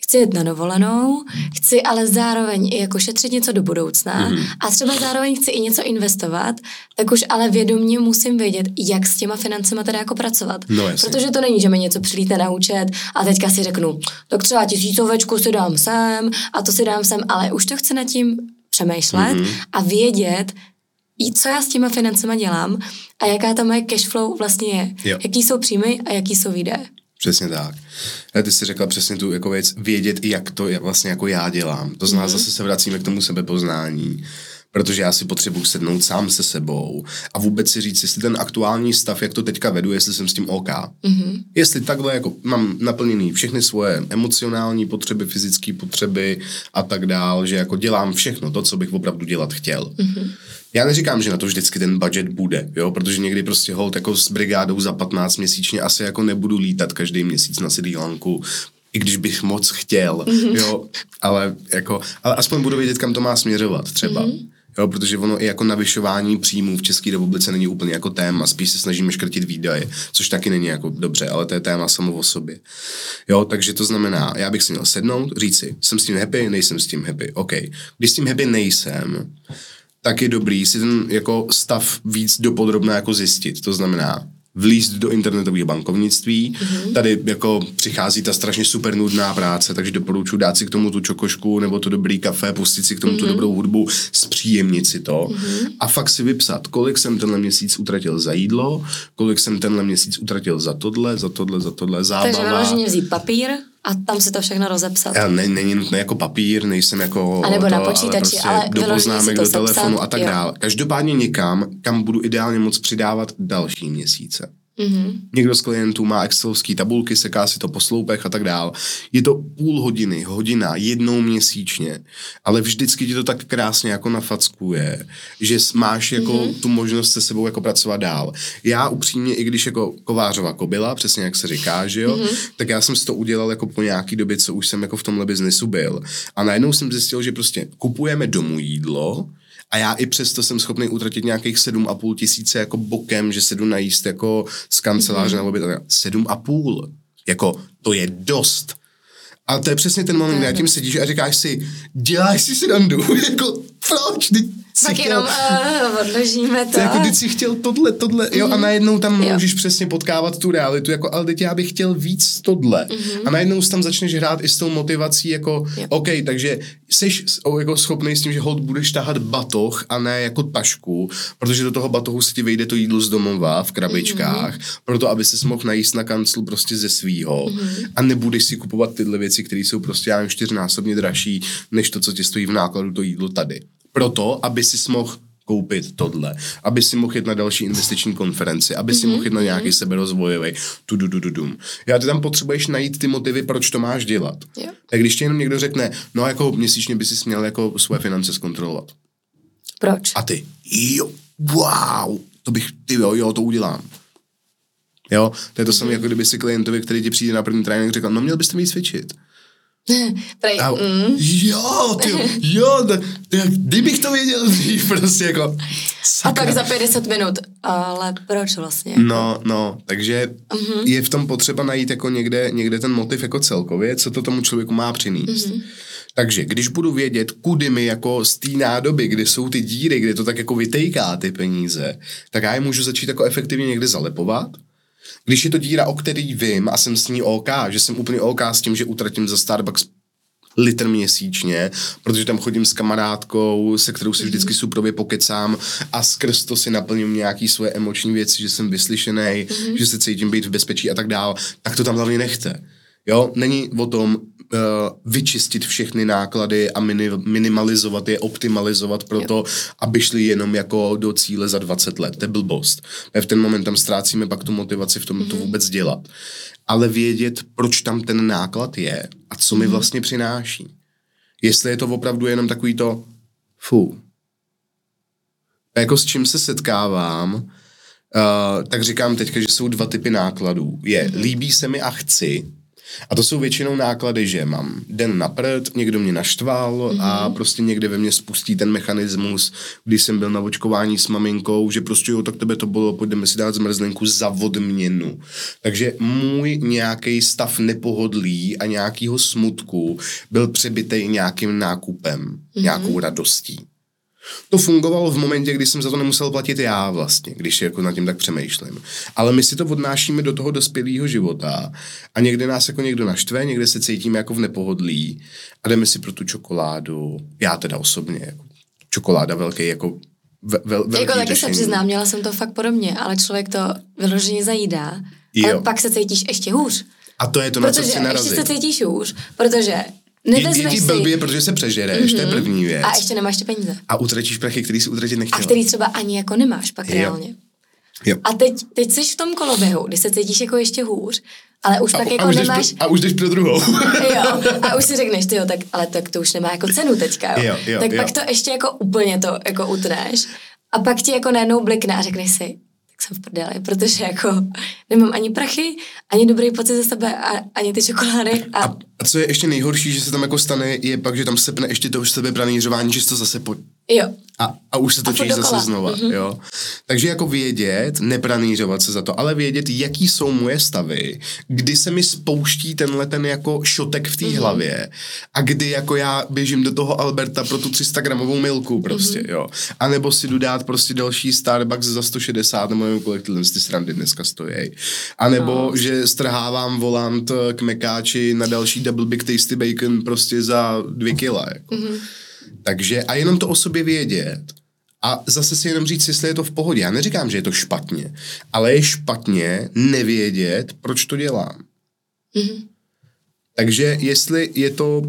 [SPEAKER 1] chci jít na dovolenou, chci ale zároveň i jako šetřit něco do budoucna mm-hmm. a třeba zároveň chci i něco investovat, tak už ale vědomě musím vědět, jak s těma financema teda jako pracovat.
[SPEAKER 2] No,
[SPEAKER 1] protože to není, že mi něco přilítne na účet a teďka si řeknu, tak třeba tisícovečku si dám sem a to si dám sem, ale už to chci nad tím přemýšlet mm-hmm. a vědět, co já s těma financema dělám a jaká ta moje cashflow vlastně je. Jo. Jaký jsou příjmy a jaký jsou výdaje.
[SPEAKER 2] Přesně tak. A ty jsi řekla přesně tu jako věc, vědět, jak to vlastně jako já dělám. To znamená, mm-hmm. zase se vracíme k tomu sebepoznání, protože já si potřebuji sednout sám se sebou a vůbec si říct, jestli ten aktuální stav, jak to teďka vedu, jestli jsem s tím OK. Mm-hmm. Jestli takhle jako mám naplněný všechny svoje emocionální potřeby, fyzické potřeby a tak dál, že jako dělám všechno to, co bych opravdu dělat chtěl. Mm-hmm. Já neříkám, že na to vždycky ten budget bude, jo, protože někdy prostě hold jako s brigádou za patnáct měsíčně asi jako nebudu lítat každý měsíc na Srí Lanku, i když bych moc chtěl, mm-hmm. jo, ale jako, ale aspoň budu vědět, kam to má směřovat třeba. Mm-hmm. Jo, protože ono i jako navyšování příjmů v České republice není úplně jako téma, spíš se snažíme škrtit výdaje, což taky není jako dobře, ale to je téma samo o sobě. Jo, takže to znamená, já bych si měl sednout, říct si, jsem s tím happy, nejsem s tím happy, OK. Když s tím happy nejsem, tak je dobrý si ten jako stav víc dopodrobně jako zjistit. To znamená vlízt do internetového bankovnictví. Mm-hmm. Tady jako přichází ta strašně super nudná práce, takže doporučuji dát si k tomu tu čokošku nebo to dobrý kafe, pustit si k tomu mm-hmm. tu dobrou hudbu, zpříjemnit si to mm-hmm. a fakt si vypsat, kolik jsem tenhle měsíc utratil za jídlo, kolik jsem tenhle měsíc utratil za tohle, za tohle, za tohle, zábava.
[SPEAKER 1] Takže vyloženě vzít papír a tam si to všechno rozepsat.
[SPEAKER 2] Já ne, není nutné jako papír, nejsem jako...
[SPEAKER 1] A nebo
[SPEAKER 2] to,
[SPEAKER 1] na počítači, ale, prostě ale
[SPEAKER 2] do poznámek, do telefonu
[SPEAKER 1] sepsat,
[SPEAKER 2] a tak dále. Každopádně někam, kam budu ideálně moc přidávat další měsíce. Mm-hmm. Někdo z klientů má excelovský tabulky, seká si to po sloupech a tak dál. Je to půl hodiny, hodina, jednou měsíčně, ale vždycky ti to tak krásně jako nafackuje, že máš jako mm-hmm. tu možnost se sebou jako pracovat dál. Já upřímně, i když jako kovářová kobyla, přesně jak se říká, že jo, mm-hmm. tak já jsem si to udělal jako po nějaký době, co už jsem jako v tomhle biznesu byl. A najednou jsem zjistil, že prostě kupujeme domů jídlo, a já i přesto jsem schopný utratit nějakých sedm a půl tisíce jako bokem, že se jdu najíst jako z kanceláře mm-hmm. na oběd. Sedm a půl. Jako, to je dost. A to je přesně ten moment, kdy na tím sedíš a říkáš si, děláš si srandu. Jako, proč?
[SPEAKER 1] Tak jenom uh, odložíme to.
[SPEAKER 2] To jako, když jsi chtěl tohle, tohle, mm-hmm. jo, a najednou tam jo. můžeš přesně potkávat tu realitu, jako, ale teď já bych chtěl víc tohle. Mm-hmm. A najednou tam začneš hrát i s tou motivací, jako, jo. OK, takže jsi jako schopný s tím, že hold budeš tahat batoh a ne jako tašku, protože do toho batohu se ti vejde to jídlo z domova v krabičkách, mm-hmm. proto aby ses mohl najíst na kanclu prostě ze svýho mm-hmm. a nebudeš si kupovat tyhle věci, které jsou prostě já nevím, čtyřnásobně dražší, než to, co ti stojí v nákladu to jídlo tady. Proto, aby si mohl koupit tohle, aby si mohl jít na další investiční konferenci, aby si mm-hmm. mohl jít na nějaký seberozvojový tududududum. Já ty tam potřebuješ najít ty motivy, proč to máš dělat. Yeah. Tak když ti jenom někdo řekne, no jako měsíčně by si měl jako svoje finance zkontrolovat.
[SPEAKER 1] Proč?
[SPEAKER 2] A ty, jo, wow, to bych, ty jo, jo, to udělám. Jo, to je to mm-hmm. samé, jako kdyby si klientovi, který ti přijde na první trénink, řekl, no měl byste mi cvičit.
[SPEAKER 1] Prej,
[SPEAKER 2] a,
[SPEAKER 1] mm.
[SPEAKER 2] Jo, ty, jo, t- t- kdybych to věděl dřív, prostě jako
[SPEAKER 1] sakra. A pak za padesát minut, ale proč vlastně?
[SPEAKER 2] No, no, takže mm-hmm. je v tom potřeba najít jako někde, někde ten motiv jako celkově, co to tomu člověku má přinést. Mm-hmm. Takže když budu vědět, kudy mi jako z té nádoby, kde jsou ty díry, kde to tak jako vytejká ty peníze, tak já je můžu začít jako efektivně někde zalepovat. Když je to díra, o který vím a jsem s ní OK, že jsem úplně OK s tím, že utratím za Starbucks litr měsíčně, protože tam chodím s kamarádkou, se kterou si vždycky suprově pokecám a skrz to si naplním nějaký svoje emoční věci, že jsem vyslyšenej, mm-hmm. že se cítím být v bezpečí a tak dál, tak to tam hlavně nechte. Jo, není o tom uh, vyčistit všechny náklady a mini, minimalizovat je, optimalizovat proto, aby šli jenom jako do cíle za dvacet let. To je blbost. V ten moment tam ztrácíme pak tu motivaci v tom mm-hmm. to vůbec dělat. Ale vědět, proč tam ten náklad je a co mm-hmm. mi vlastně přináší. Jestli je to opravdu jenom takový to fů. Jako s čím se setkávám, uh, tak říkám teďka, že jsou dva typy nákladů. Je, mm-hmm. líbí se mi a chci, A to jsou většinou náklady, že mám den na prd, někdo mě naštval mm-hmm. a prostě někde ve mně spustí ten mechanismus, když jsem byl na očkování s maminkou, že prostě jo, tak tebe to bylo, půjdeme si dát zmrzlenku za odměnu. Takže můj nějaký stav nepohodlí a nějakýho smutku byl přebytej nějakým nákupem, mm-hmm. nějakou radostí. To fungovalo v momentě, kdy jsem za to nemusel platit já vlastně, když jako nad tím tak přemýšlím. Ale my si to odnášíme do toho dospělého života a někde nás jako někdo naštve, někde se cítíme jako v nepohodlí a jdeme si pro tu čokoládu, já teda osobně, jako čokoláda velký jako ve, vel, velký
[SPEAKER 1] Jako taky
[SPEAKER 2] řešení.
[SPEAKER 1] se přiznám, měla jsem to fakt podobně, ale člověk to vyloženě zajídá, ale pak se cítíš ještě hůř.
[SPEAKER 2] A to je to, na co chci narazit.
[SPEAKER 1] Protože ještě se cítíš hůř, protože nevezmeš
[SPEAKER 2] je, je ti blbě, protože se přežereš, mm-hmm. to je první věc.
[SPEAKER 1] A ještě nemáš ty peníze.
[SPEAKER 2] A utratíš prachy, který si utratit nechtěla.
[SPEAKER 1] A který třeba ani jako nemáš pak jo. reálně.
[SPEAKER 2] Jo.
[SPEAKER 1] A teď, teď jsi v tom koloběhu, kdy se cítíš jako ještě hůř, ale už a, pak jako
[SPEAKER 2] a už
[SPEAKER 1] nemáš...
[SPEAKER 2] Pro, a už jdeš pro druhou.
[SPEAKER 1] Jo, a už si řekneš, tyjo, tak, ale tak to už nemá jako cenu teďka, jo.
[SPEAKER 2] jo, jo
[SPEAKER 1] tak
[SPEAKER 2] jo.
[SPEAKER 1] pak to ještě jako úplně to jako utneš a pak ti jako najednou blikne a řekneš si, jsem v prdeli, protože jako nemám ani prachy, ani dobrý pocit ze sebe, a, ani ty čokolády. A...
[SPEAKER 2] A, a co je ještě nejhorší, že se tam jako stane, je pak, že tam sepne ještě to sebepranířování, že to zase po...
[SPEAKER 1] Jo.
[SPEAKER 2] A, a už se točíš zase znova, mm-hmm. jo. Takže jako vědět, nepranířovat se za to, ale vědět, jaký jsou moje stavy, kdy se mi spouští tenhle ten jako šotek v té mm-hmm. hlavě a kdy jako já běžím do toho Alberta pro tu tři sta gramovou milku prostě, mm-hmm. jo. A nebo si jdu dát prostě další Starbucks za sto šedesát, nebo nevím, kolik tyhle ty srandy dneska stojí. A nebo, no. že strhávám volant k mekáči na další Double Big Tasty Bacon prostě za dvě kila, jako. Mm-hmm. Takže a jenom to o sobě vědět a zase si jenom říct, jestli je to v pohodě. Já neříkám, že je to špatně, ale je špatně nevědět, proč to dělám. Mm-hmm. Takže jestli je to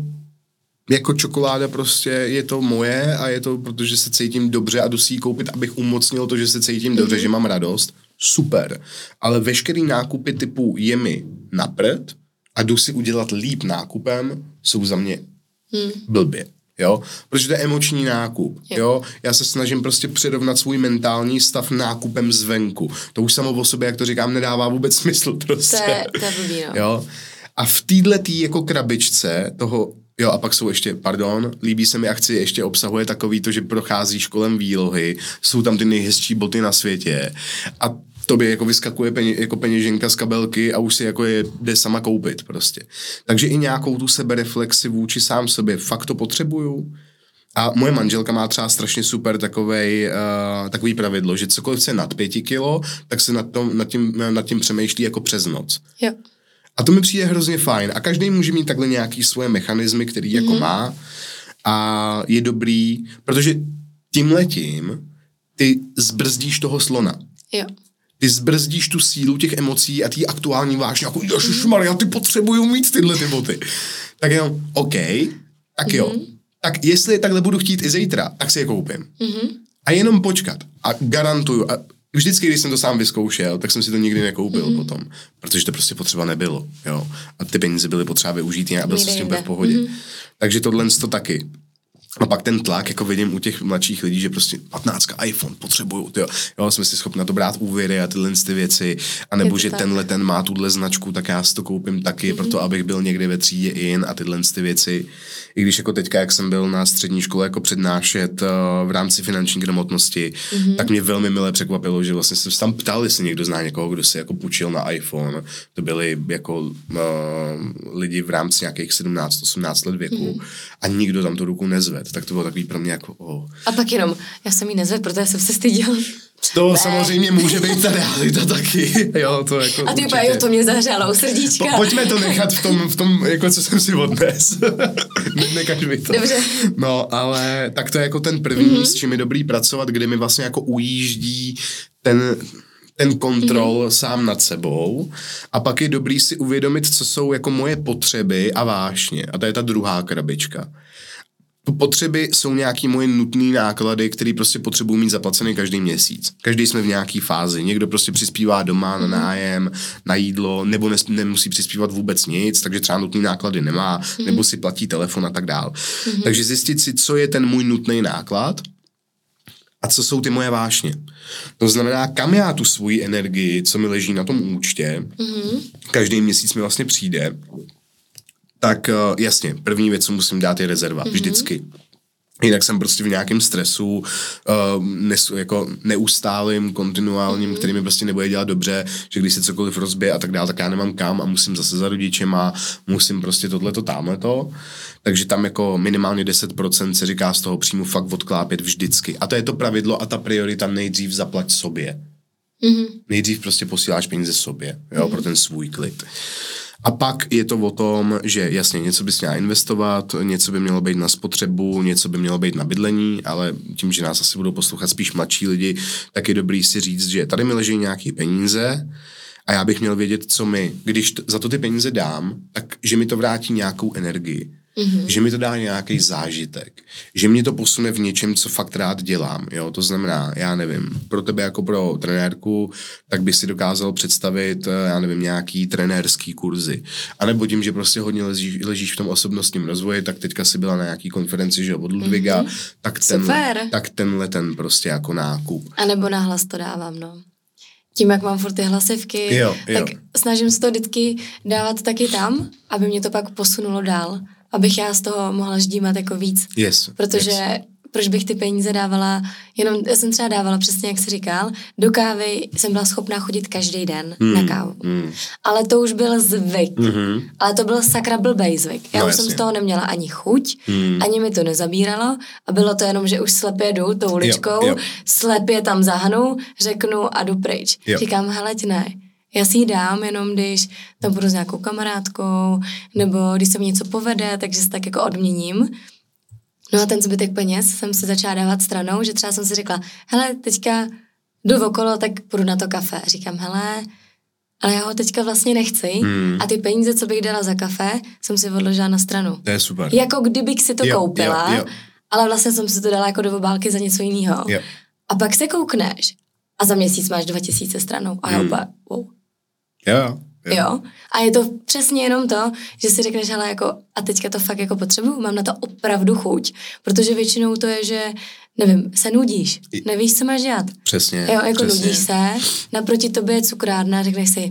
[SPEAKER 2] jako čokoláda prostě, je to moje a je to, protože se cítím dobře a jdu si ji koupit, abych umocnil to, že se cítím mm-hmm. dobře, že mám radost, super. Ale veškerý nákupy typu je mi na prd a jdu si udělat líp nákupem, jsou za mě mm. blbě. Jo, protože to je emoční nákup, jo. jo, já se snažím prostě přirovnat svůj mentální stav nákupem zvenku, to už samo o sobě, jak to říkám, nedává vůbec smysl prostě,
[SPEAKER 1] to je, to je blbý, no.
[SPEAKER 2] Jo, a v této jako krabičce toho, jo, a pak jsou ještě, pardon, líbí se mi akci, ještě obsahuje takový to, že procházíš kolem výlohy, jsou tam ty nejhezčí boty na světě a tobě jako vyskakuje peně, jako peněženka z kabelky a už si jako je jde sama koupit prostě. Takže i nějakou tu sebereflexi vůči sám sobě fakt to potřebuju. A moje manželka má třeba strašně super takovej, uh, takový pravidlo, že cokoliv chce nad pěti kilo, tak se nad, tom, nad, tím, nad tím přemýšlí jako přes noc.
[SPEAKER 1] Jo.
[SPEAKER 2] A to mi přijde hrozně fajn. A každý může mít takhle nějaký svoje mechanismy, který mm-hmm. jako má a je dobrý, protože tímhletím ty zbrzdíš toho slona.
[SPEAKER 1] Jo.
[SPEAKER 2] Ty zbrzdíš tu sílu těch emocí a ty aktuální vážně, jako ježišmarja, ty potřebuju mít tyhle ty boty. Tak jenom, OK, tak mm-hmm. jo. Tak jestli takhle budu chtít i zítra, tak si je koupím. Mm-hmm. A jenom počkat. A garantuju, a vždycky, když jsem to sám vyzkoušel, tak jsem si to nikdy nekoupil mm-hmm. potom, protože to prostě potřeba nebylo, jo. A ty peníze byly potřeba využít a byl se s tím v pohodě. Mm-hmm. Takže tohle to taky. A pak ten tlak, jako vidím u těch mladších lidí, že prostě patnáctka iPhone potřebuju, tyjo. Jo, jsme si schopni na to brát úvěry a tyhle ty věci, anebo že tak. tenhle ten má tuhle značku, tak já si to koupím taky, mm-hmm. proto abych byl někde ve třídě in a tyhle ty věci. I když jako teďka, jak jsem byl na střední škole jako přednášet uh, v rámci finanční gramotnosti, mm-hmm. tak mě velmi milé překvapilo, že vlastně jsem se tam ptal, jestli někdo zná někoho, kdo si jako půjčil na iPhone. To byli jako uh, lidi v rámci nějakých sedmnáct osmnáct let věku mm-hmm. a nikdo tam tu ruku nezvedl. Tak to bylo takový pro mě jako oh.
[SPEAKER 1] A pak jenom, já jsem jí nezvedl, protože jsem se styděl.
[SPEAKER 2] To ne. Samozřejmě může být ta realita taky. Jo, to jako
[SPEAKER 1] a ty úplně, jo, to mě zahřálo u srdíčka.
[SPEAKER 2] Po, pojďme to nechat v tom, v tom, jako co jsem si odnes. ne, nekaž mi to.
[SPEAKER 1] Dobře.
[SPEAKER 2] No, ale tak to je jako ten první, mm-hmm. s čím je dobrý pracovat, kdy mi vlastně jako ujíždí ten... ten kontrol mm-hmm. sám nad sebou a pak je dobrý si uvědomit, co jsou jako moje potřeby a vášně. A to je ta druhá krabička. Potřeby jsou nějaký moje nutné náklady, které prostě potřebuji mít zaplacený každý měsíc. Každý jsme v nějaký fázi. Někdo prostě přispívá doma na nájem, na jídlo, nebo ne, nemusí přispívat vůbec nic, takže třeba nutné náklady nemá, mm-hmm. nebo si platí telefon a tak dál. Mm-hmm. Takže zjistit si, co je ten můj nutný náklad a co jsou ty moje vášně. To znamená, kam já tu svoji energii, co mi leží na tom účtě, mm-hmm. každý měsíc mi vlastně přijde, tak jasně, první věc, co musím dát, je rezerva. Mm-hmm. Vždycky. Jinak jsem prostě v nějakém stresu, uh, nesu, jako neustálým, kontinuálním, mm-hmm. který mi prostě nebude dělat dobře, že když se cokoliv rozbije a tak dále, tak já nemám kam a musím zase za rodičema, musím prostě tohleto, támhleto. Takže tam jako minimálně deset procent se říká z toho příjmu fakt odklápět vždycky. A to je to pravidlo a ta priorita nejdřív zaplať sobě. Mm-hmm. Nejdřív prostě posíláš peníze sobě, jo, mm-hmm. pro ten svůj klid. A pak je to o tom, že jasně, něco bys měla investovat, něco by mělo být na spotřebu, něco by mělo být na bydlení, ale tím, že nás asi budou poslouchat spíš mladší lidi, tak je dobrý si říct, že tady mi leží nějaký peníze a já bych měl vědět, co mi, když t- za to ty peníze dám, tak že mi to vrátí nějakou energii. Mm-hmm. Že mi to dá nějaký zážitek, že mě to posune v něčem, co fakt rád dělám, jo, to znamená, já nevím, pro tebe jako pro trenérku, tak by si dokázal představit, já nevím, nějaký trenérský kurzy, anebo tím, že prostě hodně ležíš, ležíš v tom osobnostním rozvoji, tak teďka si byla na nějaký konferenci, že od Ludviga, mm-hmm. tak, tenhle, tak tenhle ten prostě jako nákup.
[SPEAKER 1] A nebo nahlas to dávám, no. Tím, jak mám furt ty hlasivky,
[SPEAKER 2] jo, jo.
[SPEAKER 1] tak snažím se to vždycky dávat taky tam, aby mě to pak posunulo dál. Abych já z toho mohla ždímat jako víc.
[SPEAKER 2] Yes,
[SPEAKER 1] protože
[SPEAKER 2] yes.
[SPEAKER 1] proč bych ty peníze dávala, jenom já jsem třeba dávala přesně, jak jsi říkal, do kávy jsem byla schopná chodit každý den mm, na kávu. Mm. Ale to už byl zvyk. Mm-hmm. Ale to byl sakra blbej zvyk. Já
[SPEAKER 2] no,
[SPEAKER 1] už
[SPEAKER 2] jasně.
[SPEAKER 1] jsem z toho neměla ani chuť, mm. ani mi to nezabíralo a bylo to jenom, že už slepě jdu tou uličkou, jo, jo. slepě tam zahnu, řeknu a jdu pryč. Jo. Říkám, heleď ne. Já si ji dám jenom, když tam budu s nějakou kamarádkou, nebo když se mi něco povede, takže se tak jako odměním. No a ten zbytek peněz jsem si začala dávat stranou, že třeba jsem si řekla, hele, teďka jdu okolo, tak půjdu na to kafe. Říkám, hele, ale já ho teďka vlastně nechci hmm. a ty peníze, co bych dala za kafe, jsem si odložila na stranu.
[SPEAKER 2] To je super.
[SPEAKER 1] Jako kdybych si to
[SPEAKER 2] jo,
[SPEAKER 1] koupila,
[SPEAKER 2] jo, jo. ale
[SPEAKER 1] vlastně jsem si to dala jako do obálky za něco jiného. A pak se koukneš a za měsíc máš dva tisíce stranou. A hmm. já wow.
[SPEAKER 2] Jo, jo.
[SPEAKER 1] Jo. A je to přesně jenom to, že si řekneš, hele, jako, a teďka to fakt jako potřebuju, mám na to opravdu chuť, protože většinou to je, že, nevím, se nudíš, nevíš, co máš dělat.
[SPEAKER 2] Přesně.
[SPEAKER 1] Jo, jako
[SPEAKER 2] přesně.
[SPEAKER 1] nudíš se, naproti tobě je cukrárna, řekneš si,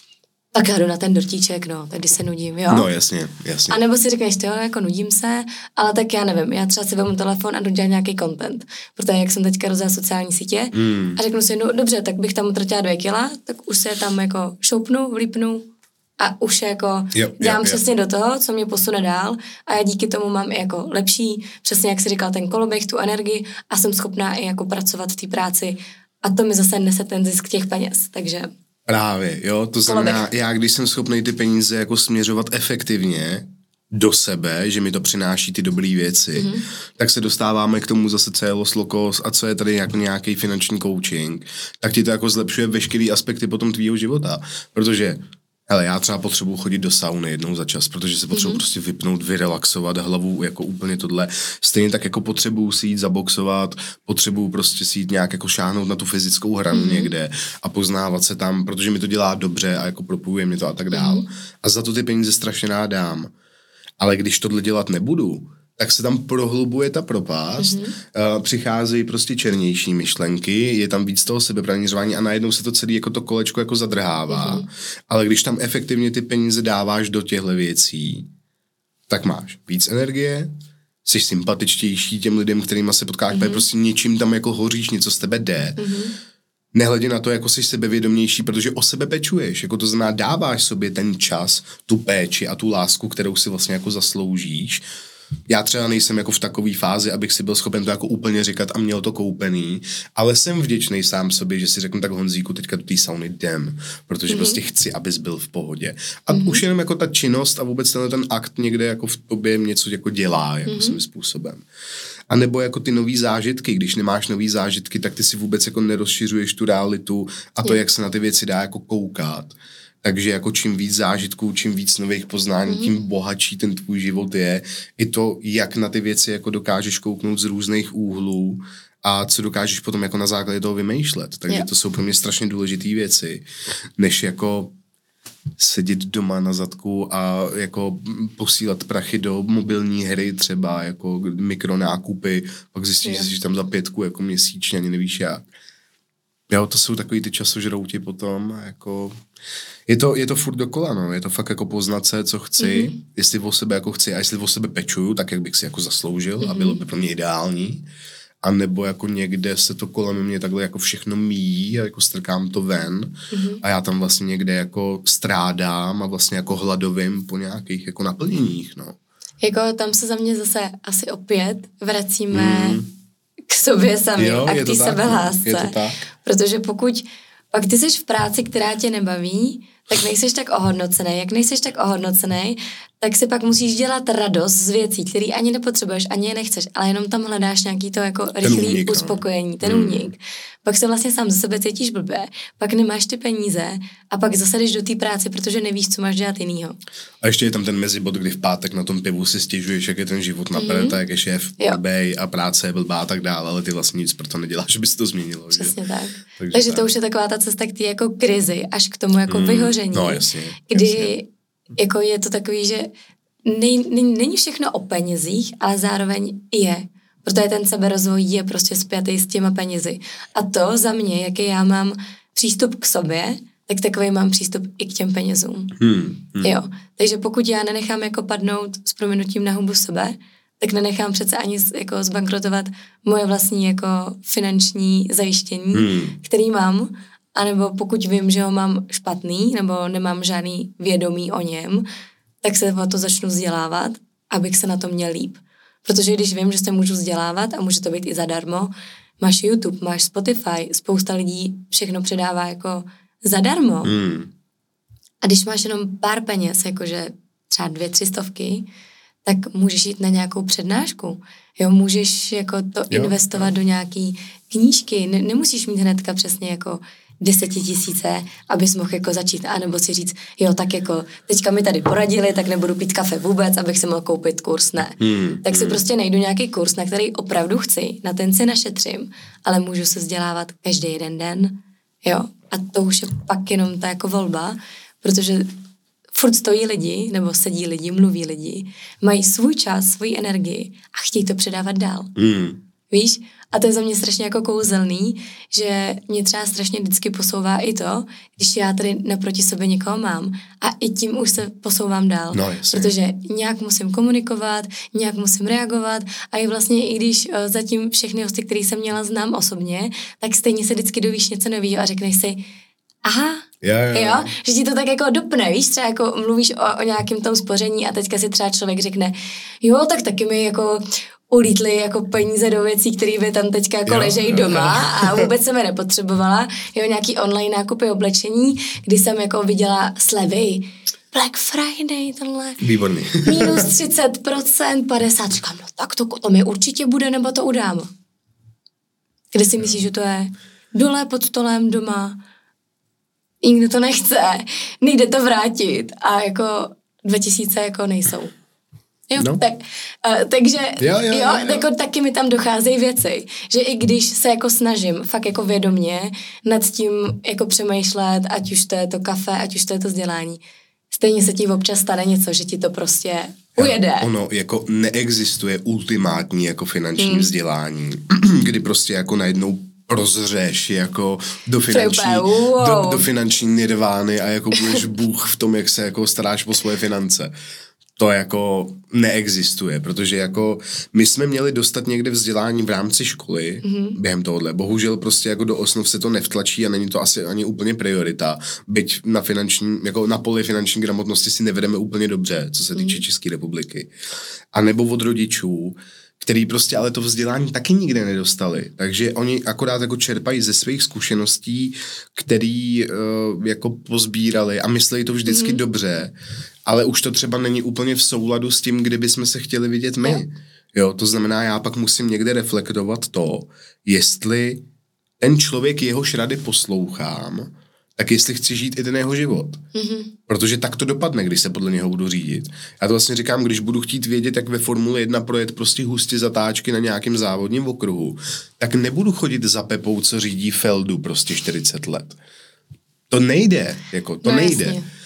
[SPEAKER 1] tak já jdu na ten dortíček, no, tak když se nudím, jo.
[SPEAKER 2] No, jasně, jasně.
[SPEAKER 1] A nebo si řekneš, jo, jako nudím se, ale tak já nevím, já třeba si vezmu telefon a jdu dělat nějaký content, protože jak jsem teďka rozjela sociální sítě mm. a řeknu si, no dobře, tak bych tam utratila dvě kila, tak už se tam jako šoupnu, vlípnu a už jako jo, dělám jo, přesně jo. do toho, co mě posune dál a já díky tomu mám i jako lepší, přesně jak jsi říkal, ten koloběh, tu energii a jsem schopná i jako pracovat v té práci a to mi zase nese ten zisk těch peněz, takže...
[SPEAKER 2] Právě, jo, to znamená, já když jsem schopný ty peníze jako směřovat efektivně do sebe, že mi to přináší ty dobré věci, mm-hmm. tak se dostáváme k tomu zase, co je Los Locos a co je tady jako nějaký finanční coaching, tak ti to jako zlepšuje veškerý aspekty potom tvýho života, protože hele, já třeba potřebuji chodit do sauny jednou za čas, protože se potřebuji mm-hmm. prostě vypnout, vyrelaxovat hlavu, jako úplně tohle. Stejně tak jako potřebuji si jít zaboxovat, potřebuji prostě si jít nějak jako šáhnout na tu fyzickou hranu mm-hmm. někde a poznávat se tam, protože mi to dělá dobře a jako propojuje mě to a tak dál. Mm-hmm. A za to ty peníze strašně rád dám. Ale když tohle dělat nebudu, tak se tam prohlubuje ta propast, mm-hmm. uh, přicházejí prostě černější myšlenky, je tam víc toho sebepranířování a najednou se to celé jako to kolečko jako zadrhává. Mm-hmm. Ale když tam efektivně ty peníze dáváš do těchto věcí, tak máš víc energie, jsi sympatičtější těm lidem, kterýma se potkáš, mm-hmm. prostě něčím tam jako hoříš, něco z tebe jde. Mm-hmm. Nehledě na to, jako jsi sebevědomější, protože o sebe pečuješ, jako to znamená dáváš sobě ten čas, tu péči a tu lásku, kterou si vlastně jako zasloužíš. Já třeba nejsem jako v takové fázi, abych si byl schopen to jako úplně říkat a měl to koupený, ale jsem vděčný sám sobě, že si řeknu tak Honzíku, teďka do té sauny jdem, protože mm-hmm. prostě chci, abys byl v pohodě. A mm-hmm. už jenom jako ta činnost a vůbec tenhle ten akt někde jako v tobě něco jako dělá, jako mm-hmm. svým způsobem. A nebo jako ty nový zážitky, když nemáš nový zážitky, tak ty si vůbec jako nerozšiřuješ tu realitu a to, jak se na ty věci dá jako koukat. Takže jako čím víc zážitků, čím víc nových poznání, mm-hmm. tím bohatší ten tvůj život je. I to, jak na ty věci jako dokážeš kouknout z různých úhlů a co dokážeš potom jako na základě toho vymýšlet. Takže yeah. to jsou pro mě strašně důležité věci, než jako sedět doma na zadku a jako posílat prachy do mobilní hry třeba, jako mikronákupy, pak zjistíš, že jsi tam za pětku jako měsíčně, ani nevíš jak. Jo, to jsou takový ty časožrouti potom a jako... Je to, je to furt dokola, no. Je to fakt jako poznat se, co chci, mm-hmm. jestli o sebe jako chci a jestli o sebe pečuju, tak jak bych si jako zasloužil mm-hmm. a bylo by pro mě ideální. A nebo jako někde se to kolem mě takhle jako všechno míjí a jako strkám to ven mm-hmm. a já tam vlastně někde jako strádám a vlastně jako hladovím po nějakých jako naplněních, no.
[SPEAKER 1] Jako tam se za mě zase asi opět vracíme mm. k sobě sami jo, a k té sebelásce. Protože pokud pak ty jsi v práci, která tě nebaví, tak nejseš tak ohodnocený. Jak nejseš tak ohodnocený, tak si pak musíš dělat radost z věcí, které ani nepotřebuješ, ani je nechceš, ale jenom tam hledáš nějaký to jako rychlý únik, uspokojení, ten hmm. únik. Pak se vlastně sám ze sebe cítíš blbě, pak nemáš ty peníze a pak zase jdeš do té práce, protože nevíš, co máš dělat jinýho.
[SPEAKER 2] A ještě je tam ten mezibod, kdy v pátek na tom pivu si stěžuješ, jak je ten život na prd, mm-hmm. jak je šéf blbej a práce je blbá a tak dále, ale ty vlastně nic pro to neděláš, aby se to změnilo.
[SPEAKER 1] Přesně že? tak. Takže, Takže tak. to už je taková ta cesta k té jako krizi, až k tomu jako mm. vyhoření.
[SPEAKER 2] No jasně.
[SPEAKER 1] Kdy
[SPEAKER 2] jasně.
[SPEAKER 1] jako je to takový, že nej, nej, není všechno o penězích, ale zároveň je. Protože ten seberozvoj je prostě spjatý s těma penězi. A to za mě, jaký já mám přístup k sobě, tak takový mám přístup i k těm penězům. Hmm, hmm. Jo. Takže pokud já nenechám jako padnout s prominutím na hubu sebe, tak nenechám přece ani jako zbankrotovat moje vlastní jako finanční zajištění, hmm. který mám, anebo pokud vím, že ho mám špatný, nebo nemám žádný vědomí o něm, tak se o to začnu vzdělávat, abych se na to měl líp. Protože když vím, že se můžu vzdělávat a může to být i zadarmo, máš YouTube, máš Spotify, spousta lidí všechno předává jako zadarmo. Mm. A když máš jenom pár peněz, jakože třeba dvě, tři stovky, tak můžeš jít na nějakou přednášku. Jo, můžeš jako to jo, investovat jo. do nějaký knížky. Ne, nemusíš mít hnedka přesně jako desetitisíce, abys mohl jako začít, anebo si říct, jo, tak jako teďka mi tady poradili, tak nebudu pít kafe vůbec, abych si mohl koupit kurz, ne. Hmm, tak si hmm. prostě najdu nějaký kurz, na který opravdu chci, na ten si našetřím, ale můžu se vzdělávat každý jeden den, jo. A to už je pak jenom ta jako volba, protože furt stojí lidi, nebo sedí lidi, mluví lidi, mají svůj čas, svoji energii a chtějí to předávat dál. Hmm. Víš? A to je za mě strašně jako kouzelný, že mě třeba strašně vždycky posouvá i to, když já tady naproti sobě někoho mám a i tím už se posouvám dál. No, protože nějak musím komunikovat, nějak musím reagovat a i vlastně i když uh, zatím všechny hosty, který jsem měla, znám osobně, tak stejně se vždycky dovíš něco nového a řekneš si, aha,
[SPEAKER 2] jo, jo.
[SPEAKER 1] jo, že ti to tak jako dopne, víš, třeba jako mluvíš o, o nějakém tom spoření a teďka si třeba člověk řekne, jo, tak taky mi jako ulítly jako peníze do věcí, které by tam teďka jako ležejí doma a vůbec jsem je nepotřebovala. Jo, nějaký online nákupy oblečení, kdy jsem jako viděla slevy. Black Friday, tenhle.
[SPEAKER 2] Výborný.
[SPEAKER 1] Minus třicet procent, padesát. Říkám, no tak to, to mi určitě bude, nebo to udám. Kde si myslíš, že to je? Dole pod stolem doma. Nikdo to nechce. Nejde to vrátit. A jako dva tisíce jako nejsou. Jo, no. tak, uh, takže jo, jo, jo, jo. Jako taky mi tam docházejí věci, že i když se jako snažím fakt jako vědomě nad tím jako přemýšlet, ať už to je to kafe, ať už to je to vzdělání, stejně se ti občas stane něco, že ti to prostě ujede.
[SPEAKER 2] Jo, ono jako neexistuje ultimátní jako finanční hmm. vzdělání, kdy prostě jako najednou prozřeš jako do finanční, wow. do, do finanční nirvány a jako budeš bůh v tom, jak se jako staráš o svoje finance. To jako neexistuje, protože jako my jsme měli dostat někde vzdělání v rámci školy mm-hmm. během tohohle. Bohužel prostě jako do osnov se to nevtlačí a není to asi ani úplně priorita. Byť na finanční, jako na poli finanční gramotnosti si nevedeme úplně dobře, co se týče mm-hmm. České republiky. A nebo od rodičů, který prostě ale to vzdělání taky nikde nedostali. Takže oni akorát jako čerpají ze svých zkušeností, který uh, jako pozbírali a myslejí to vždycky mm-hmm. dobře, ale už to třeba není úplně v souladu s tím, kdyby jsme se chtěli vidět my. Jo. jo, to znamená, já pak musím někde reflektovat to, jestli ten člověk, jehož rady poslouchám, tak jestli chci žít i ten jeho život. Mm-hmm. Protože tak to dopadne, když se podle něho budu řídit. Já to vlastně říkám, když budu chtít vědět, jak ve Formule jedna projet prostě hustě zatáčky na nějakém závodním okruhu, tak nebudu chodit za Pepou, co řídí Feldu prostě čtyřicet let. To nejde, jako, to no nejde. Jasně.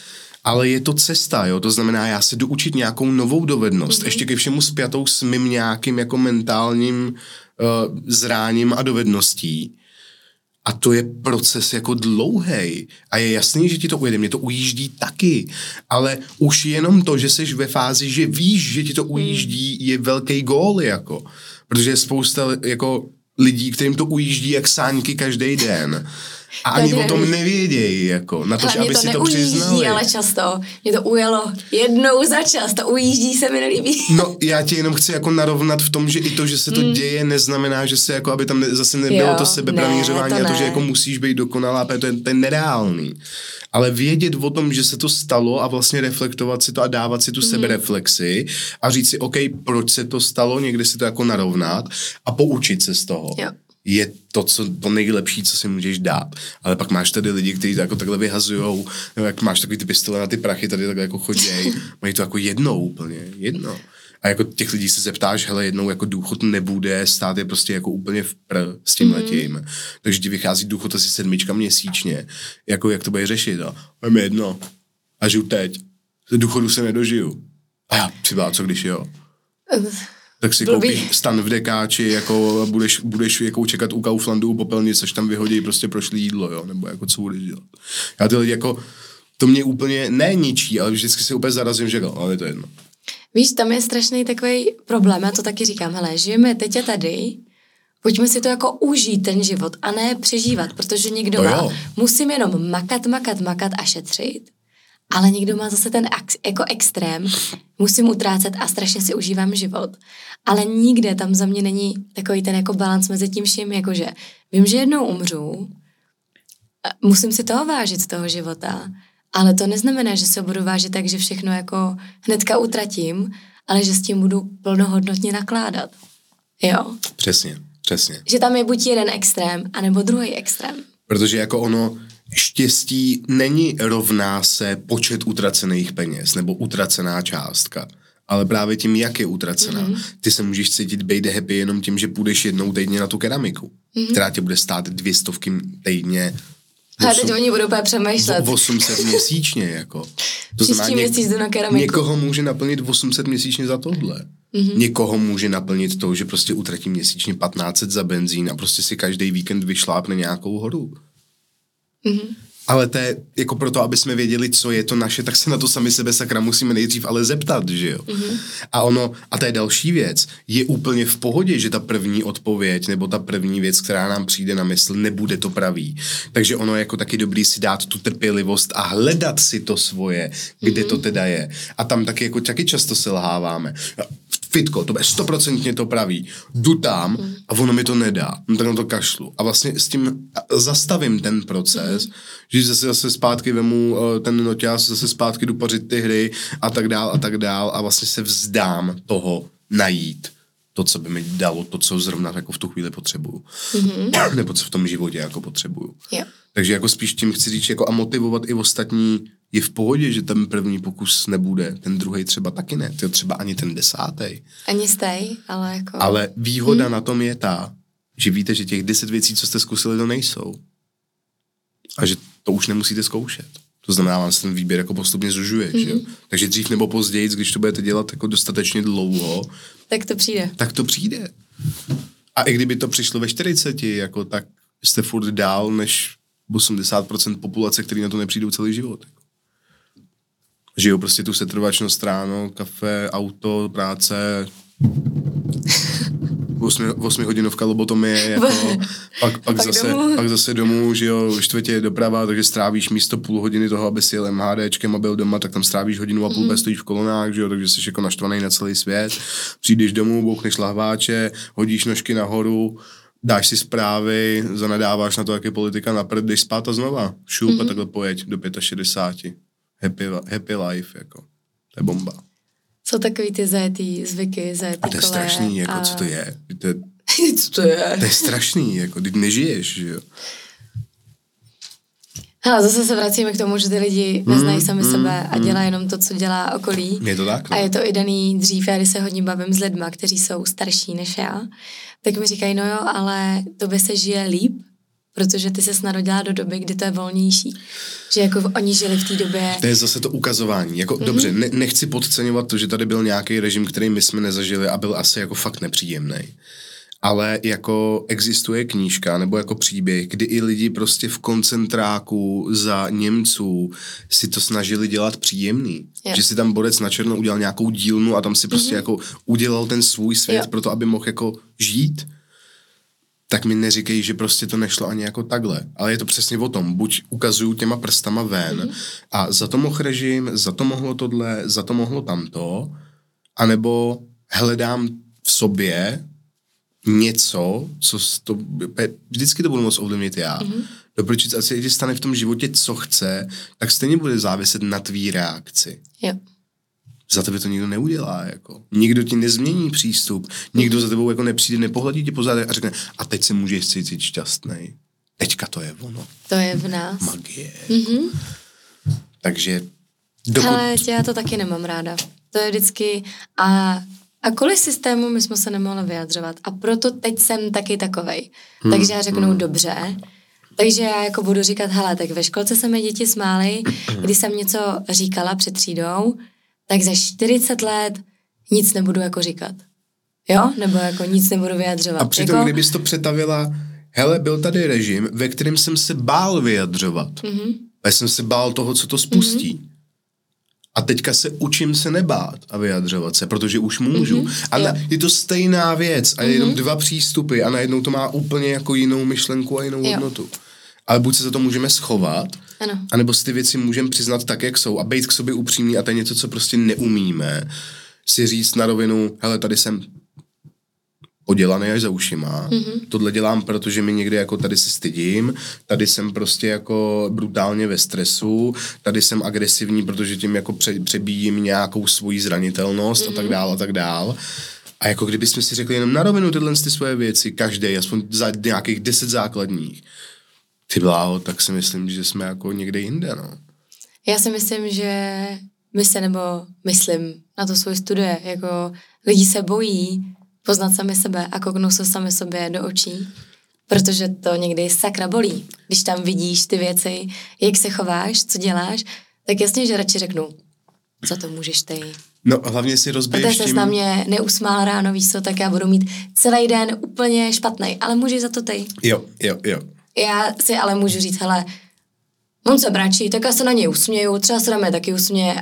[SPEAKER 2] ale je to cesta, jo, to znamená, já se jdu učit nějakou novou dovednost, mm-hmm. ještě ke všemu spjatou s mým nějakým jako mentálním uh, zráním a dovedností. A to je proces jako dlouhej. A je jasný, že ti to ujede. Mě to ujíždí taky. Ale už jenom to, že jsi ve fázi, že víš, že ti to ujíždí, je velký gól, jako. Protože je spousta jako lidí, kterým to ujíždí jak sáňky každý den. A ani o tom nevědějí, jako, na to, že, aby to si to přiznali.
[SPEAKER 1] Ale často. Mě to ujelo jednou za čas, to ujíždí se mi nelíbí.
[SPEAKER 2] No, já tě jenom chci jako narovnat v tom, že i to, že se to mm. děje, neznamená, že se jako, aby tam ne, zase nebylo jo, to sebepranířování ne, a to, že jako musíš být dokonalá, to je, to je nereálný. Ale vědět o tom, že se to stalo a vlastně reflektovat si to a dávat si tu mm. sebereflexi a říct si, OK, proč se to stalo, někde si to jako narovnat a poučit se z toho. Jo. Je to, co, to nejlepší, co si můžeš dát. Ale pak máš tady lidi, kteří to jako takhle vyhazujou, jak máš takový ty pistole na ty prachy, tady takhle jako choděj, mají to jako jednou úplně, jedno. A jako těch lidí se zeptáš, hele, jednou jako důchod nebude, stát je prostě jako úplně v pr s tím letím. Mm. Takže ti vychází důchod asi sedmička měsíčně. Jako jak to bude řešit? A mám jedno. A žiju teď. Z důchodu se nedožiju. A já třeba, co když jo? Tak si Blbý. koupíš stan v Dekáči, jako budeš, budeš jako čekat u Kauflandu, u popelnic, až tam vyhodí prostě prošlý jídlo, jo, nebo jako co budeš dělat. Já ty lidi jako, to mě úplně ne ničí, ale vždycky si úplně zarazím, že ale je to jedno.
[SPEAKER 1] Víš, tam je strašný takový problém, já to taky říkám, hele, žijeme teď a tady, pojďme si to jako užít ten život a ne přežívat, protože někdo no má, musím jenom makat, makat, makat a šetřit. Ale někdo má zase ten ex, jako extrém, musím utrácet a strašně si užívám život. Ale nikde tam za mě není takový ten jako balans mezi tím vším, jakože vím, že jednou umřu, musím si toho vážit z toho života, ale to neznamená, že se ho budu vážit tak, že všechno jako hnedka utratím, ale že s tím budu plnohodnotně nakládat. Jo?
[SPEAKER 2] Přesně, přesně.
[SPEAKER 1] Že tam je buď jeden extrém, anebo druhý extrém.
[SPEAKER 2] Protože jako ono... Štěstí není rovná se počet utracených peněz nebo utracená částka, ale právě tím, jak je utracená. Mm-hmm. Ty se můžeš cítit být happy jenom tím, že půjdeš jednou týdně na tu keramiku, mm-hmm. která tě bude stát dvě stovky týdně.
[SPEAKER 1] A teď oni budou přemýšlet.
[SPEAKER 2] osm set měsíčně, jako.
[SPEAKER 1] To znamená, měsíc jdu na keramiku.
[SPEAKER 2] Někoho může naplnit osm set měsíčně za tohle. Mm-hmm. Někoho může naplnit to, že prostě utratí měsíčně patnáct set za benzín a prostě si každý víkend vyšlápne nějakou horu. Mm-hmm. Ale to je jako proto, aby jsme věděli, co je to naše, tak se na to sami sebe sakra musíme nejdřív ale zeptat, že jo. Mm-hmm. A ono, a to je další věc, je úplně v pohodě, že ta první odpověď nebo ta první věc, která nám přijde na mysl, nebude to pravý. Takže ono je jako taky dobrý si dát tu trpělivost a hledat si to svoje, kde mm-hmm. to teda je. A tam taky jako taky často selháváme. Fitko, to bude stoprocentně to praví. Jdu tam mm. a ono mi to nedá. No tak na to kašlu. A vlastně s tím zastavím ten proces, mm. že zase, zase zpátky vemu ten noťaz, zase zpátky jdu pařit ty hry a tak dál a tak dál a vlastně se vzdám toho najít to, co by mi dalo, to, co zrovna jako v tu chvíli potřebuju. Mm-hmm. Nebo co v tom životě jako potřebuju. Yeah. Takže jako spíš tím chci říct jako a motivovat i ostatní. Je v pohodě, že ten první pokus nebude, ten druhý třeba taky ne, to třeba ani ten desátý.
[SPEAKER 1] Ani stej, ale jako...
[SPEAKER 2] Ale výhoda hmm. na tom je ta, že víte, že těch deset věcí, co jste zkusili, to nejsou. A že to už nemusíte zkoušet. To znamená, vám se ten výběr jako postupně zužuje, hmm. že jo? Takže dřív nebo později, když to budete dělat jako dostatečně dlouho,
[SPEAKER 1] tak to přijde.
[SPEAKER 2] Tak to přijde. A i kdyby to přišlo ve čtyřiceti, jako tak jste furt dál než osmdesát procent populace, který na to nepřijdou celý život. Žijou prostě tu setrvačnost ráno, kafe, auto, práce, osmihodinovka lobotomie, jako, pak, pak, pak, zase, domů. pak zase domů, že jo, čtvrtě je doprava, takže strávíš místo půl hodiny toho, aby si jel MHDčkem a byl doma, tak tam strávíš hodinu a půl, mm. stojíš v kolonách, že jo, takže jsi jako naštvaný na celý svět. Přijdeš domů, bouchneš lahváče, hodíš nožky nahoru, dáš si zprávy, zanadáváš na to, jak je politika na prd, jdeš spát a znova. Šup mm-hmm. a takhle pojeď do šedesáti pěti. Happy, happy life, jako. To je bomba.
[SPEAKER 1] Jsou takový ty zajetý zvyky, zajetý
[SPEAKER 2] koleje. A to je strašný, jako, a... co to je? To je...
[SPEAKER 1] co to je?
[SPEAKER 2] To je strašný, jako, teď nežiješ, že jo.
[SPEAKER 1] Hele, zase se vracíme k tomu, že ty lidi neznají sami mm, sebe a dělají jenom to, co dělá okolí.
[SPEAKER 2] Je to tak, no?
[SPEAKER 1] A je to i daný dřív, já když se hodně bavím s lidma, kteří jsou starší než já, tak mi říkají, no jo, ale tobě se žije líp, protože ty se narodila do doby, kdy to je volnější. Že jako oni žili v té době...
[SPEAKER 2] To je zase to ukazování. Jako, mm-hmm. Dobře, ne, nechci podceňovat to, že tady byl nějaký režim, který my jsme nezažili a byl asi jako fakt nepříjemný. Ale jako existuje knížka nebo jako příběh, kdy i lidi prostě v koncentráku za Němců si to snažili dělat příjemný. Jo. Že si tam borec na černo udělal nějakou dílnu a tam si prostě mm-hmm. jako udělal ten svůj svět jo. pro to, aby mohl jako žít. Tak mi neříkej, že prostě to nešlo ani jako takhle. Ale je to přesně o tom. Buď ukazuju těma prstama ven mm-hmm. a za to mohl režim, za to mohlo tohle, za to mohlo tamto, anebo hledám v sobě něco, co to, vždycky to budu moct ovlivnit já. Mm-hmm. Doporučit, ať se když stane v tom životě, co chce, tak stejně bude záviset na tvý reakci.
[SPEAKER 1] Jo.
[SPEAKER 2] Za tebe to nikdo neudělá, jako. Nikdo ti nezmění přístup, nikdo mm-hmm. za tebou jako nepřijde, nepohledí tě po zádech a řekne, a teď se můžeš cítit šťastnej. Teďka to je ono.
[SPEAKER 1] To je v nás.
[SPEAKER 2] Magie. Mm-hmm. Takže dokud...
[SPEAKER 1] Ale já to taky nemám ráda. To je vždycky a A kvůli systému my jsme se nemohli vyjadřovat. A proto teď jsem taky takovej. Hmm. Takže já řeknu hmm. dobře. Takže já jako budu říkat, hele, tak ve školce se mi děti smály, když jsem něco říkala před třídou, tak za čtyřicet let nic nebudu jako říkat. Jo? Nebo jako nic nebudu vyjadřovat.
[SPEAKER 2] A přitom,
[SPEAKER 1] jako...
[SPEAKER 2] kdybys to přetavila, hele, byl tady režim, ve kterém jsem se bál vyjadřovat. Mm-hmm. A jsem se bál toho, co to spustí. Mm-hmm. A teďka se učím se nebát a vyjadřovat se, protože už můžu. Mm-hmm, a na, je to stejná věc a je mm-hmm. jenom dva přístupy a najednou to má úplně jako jinou myšlenku a jinou jo. hodnotu. Ale buď se za to můžeme schovat, ano. anebo si ty věci můžeme přiznat tak, jak jsou a být k sobě upřímný a to je něco, co prostě neumíme. Si říct na rovinu, hele, tady jsem odělaný až za ušima. Mm-hmm. Tohle dělám, protože mi někde jako tady se stydím, tady jsem prostě jako brutálně ve stresu, tady jsem agresivní, protože tím jako pře- přebíjím nějakou svoji zranitelnost mm-hmm. a tak dál a tak dál. A jako kdybychom si řekli jenom na rovinu tyhle ty svoje věci, každý, aspoň za nějakých deset základních, ty bláho, tak si myslím, že jsme jako někde jinde, no.
[SPEAKER 1] Já si myslím, že my se, nebo myslím na to svoje studie, jako lidi se bojí poznat sami sebe a kouknout se sami sobě do očí, protože to někdy sakra bolí. Když tam vidíš ty věci, jak se chováš, co děláš, tak jasně, že radši řeknu, za to můžeš ty.
[SPEAKER 2] No hlavně si rozbiješ tím...
[SPEAKER 1] Protože ses na mě neusmál ráno, víš co, tak já budu mít celý den úplně špatnej, ale můžeš za to ty.
[SPEAKER 2] Jo, jo, jo.
[SPEAKER 1] Já si ale můžu říct, hele, on se mračí, tak já se na něj usměju, třeba se na mě taky usměje,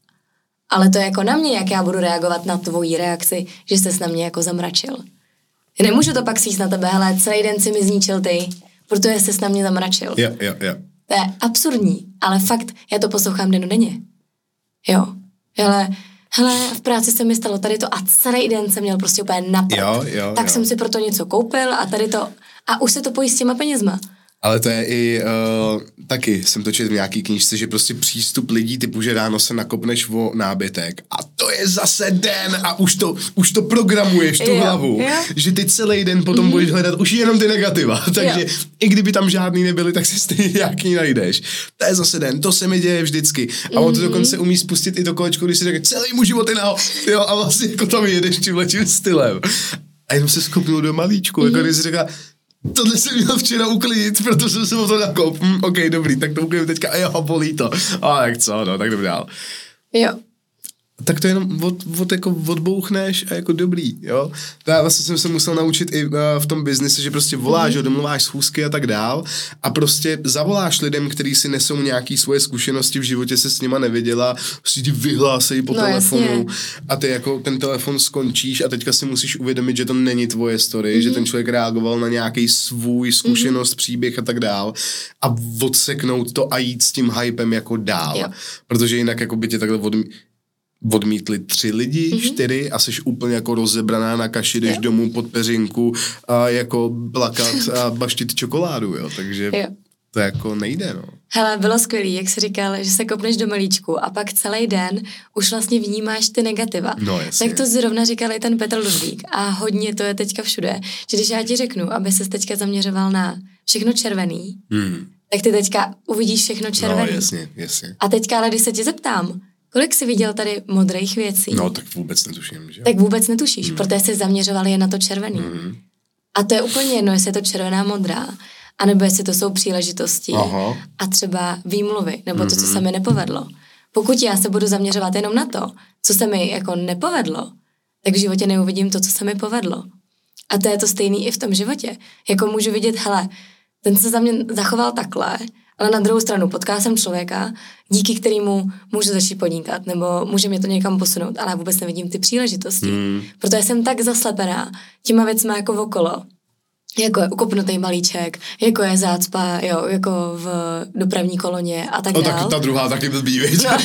[SPEAKER 1] ale to je jako na mě, jak já budu reagovat na tvoji reakci, že ses na mě jako zamračil. Nemůžu to pak svíst na tebe, hele, celý den si mi zničil ty, protože ses na mě zamračil.
[SPEAKER 2] Jo, jo, jo.
[SPEAKER 1] To je absurdní, ale fakt, já to poslouchám dennodenně. Jo, hele, hele, v práci se mi stalo tady to a celý den jsem měl prostě úplně napad.
[SPEAKER 2] Jo, jo,
[SPEAKER 1] tak
[SPEAKER 2] jo.
[SPEAKER 1] jsem si proto něco koupil a tady to, a už se to pojí s těma penězma.
[SPEAKER 2] Ale to je i, uh, taky jsem to četl v nějaký knížce, že prostě přístup lidí typu, že ráno se nakopneš o nábytek a to je zase den a už to, už to programuješ, tu
[SPEAKER 1] jo,
[SPEAKER 2] hlavu, jo. Že ty celý den potom mm. budeš hledat už jenom ty negativa, takže jo. i kdyby tam žádný nebyly, tak si stejně nějaký najdeš. To je zase den, to se mi děje vždycky a on to dokonce umí spustit i to kolečko, když si řekne celý můj život je na jo, a vlastně jako tam jedeš tímhletím stylem. A jenom se skopnul do malíčku, mm. jako když si řekla, tohle jsem měl včera uklidit, protože jsem se o to nakop. Hm, ok, dobrý, tak to uklidím teďka a jo, bolí to. A tak co, no, tak jdem dál.
[SPEAKER 1] Jo.
[SPEAKER 2] Tak to jenom od, od, jako odbouchneš a jako dobrý, jo. To já vlastně jsem se musel naučit i uh, v tom biznise, že prostě voláš, mm-hmm. domluváš schůzky a tak dál a prostě zavoláš lidem, kteří si nesou nějaký svoje zkušenosti v životě, se s nima neviděla, prostě ti vyhlásejí po no, telefonu jasně. A ty jako ten telefon skončíš a teďka si musíš uvědomit, že to není tvoje story, mm-hmm. že ten člověk reagoval na nějaký svůj zkušenost, mm-hmm. příběh a tak dál a odseknout to a jít s tím hypem jako dál, jo. Protože jinak jako by tě takhle od odmítli tři lidi, mm-hmm. čtyři a jsi úplně jako rozebraná na kaši, jdeš jo. domů pod peřinku a jako plakat a baštit čokoládu, jo, takže jo. to jako nejde, no.
[SPEAKER 1] Hele, bylo skvělý, jak jsi říkal, že se kopneš do malíčku a pak celý den už vlastně vnímáš ty negativa.
[SPEAKER 2] No, jasně.
[SPEAKER 1] Tak to zrovna říkal i ten Petr Ludvík a hodně to je teďka všude, že když já ti řeknu, aby ses teďka zaměřoval na všechno červený, hmm. tak ty teďka uvidíš všechno červený.
[SPEAKER 2] No, jasně, jasně.
[SPEAKER 1] A teďka ale když se tě zeptám, kolik jsi viděl tady modrých věcí?
[SPEAKER 2] No, tak vůbec netuším, že?
[SPEAKER 1] Tak vůbec netušíš, mm. protože jsi zaměřoval jen na to červený. Mm. A to je úplně jedno, jestli je to červená, modrá. anebo jestli to jsou příležitosti
[SPEAKER 2] Aha.
[SPEAKER 1] a třeba výmluvy, nebo to, co
[SPEAKER 2] Mhm.
[SPEAKER 1] se mi nepovedlo. Pokud já se budu zaměřovat jenom na to, co se mi jako nepovedlo, tak v životě neuvidím to, co se mi povedlo. A to je to stejný i v tom životě. Jako můžu vidět, hele, ten se za mě zachoval takhle, ale na druhou stranu potkala jsem člověka, díky kterému můžu začít podnikat, nebo může mě to někam posunout, ale já vůbec nevidím ty příležitosti. Hmm. Protože jsem tak zaslepená těma věcma jako okolo. Jako je ukopnutý malíček, jako je zácpa, jo, jako v dopravní koloně a tak
[SPEAKER 2] no,
[SPEAKER 1] dál.
[SPEAKER 2] Tak ta druhá taky blbý, viď? No,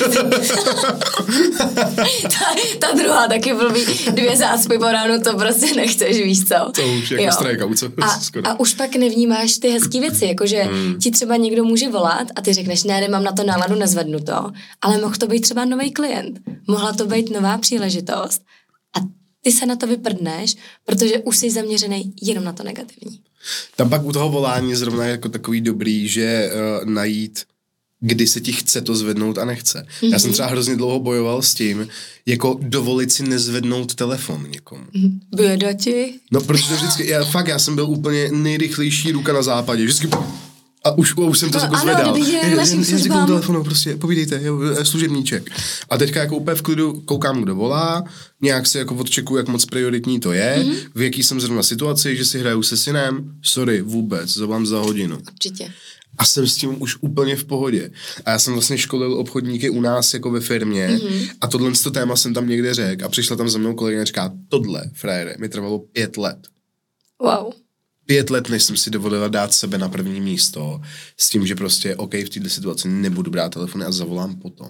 [SPEAKER 1] ta, ta druhá taky blbý, dvě zácpy po ránu, to prostě nechceš, víš co?
[SPEAKER 2] To už jako strajka, co?
[SPEAKER 1] A, a už pak nevnímáš ty hezký věci, jakože hmm. ti třeba někdo může volat a ty řekneš, ne, nemám na to náladu, nezvednu to, ale mohl to být třeba nový klient, mohla to být nová příležitost. Ty se na to vyprdneš, protože už jsi zaměřený jenom na to negativní.
[SPEAKER 2] Tam pak u toho volání zrovna jako takový dobrý, že uh, najít, kdy se ti chce to zvednout a nechce. Mm-hmm. Já jsem třeba hrozně dlouho bojoval s tím, jako dovolit si nezvednout telefon někomu.
[SPEAKER 1] Mm-hmm. Běda ti?
[SPEAKER 2] No, protože vždycky, já, fakt, já jsem byl úplně nejrychlejší ruka na západě. Vždycky... A už, už jsem to no, jako zvedal. Jen si komu telefonu, prostě povídejte, je služebníček. A teďka jako úplně v klidu koukám, kdo volá, nějak si jako odčekuju, jak moc prioritní to je, mm-hmm. v jaký jsem zrovna situaci, že si hraju se synem, sorry, vůbec, zavolám za hodinu.
[SPEAKER 1] Určitě.
[SPEAKER 2] A jsem s tím už úplně v pohodě. A já jsem vlastně školil obchodníky u nás jako ve firmě mm-hmm. a tohle téma jsem tam někde řekl a přišla tam za mnou kolegyně a říká, tohle, frajere, mi trvalo pět let.
[SPEAKER 1] Wow.
[SPEAKER 2] Pět let, než jsem si dovolila dát sebe na první místo s tím, že prostě OK, v této situaci nebudu brát telefony a zavolám potom.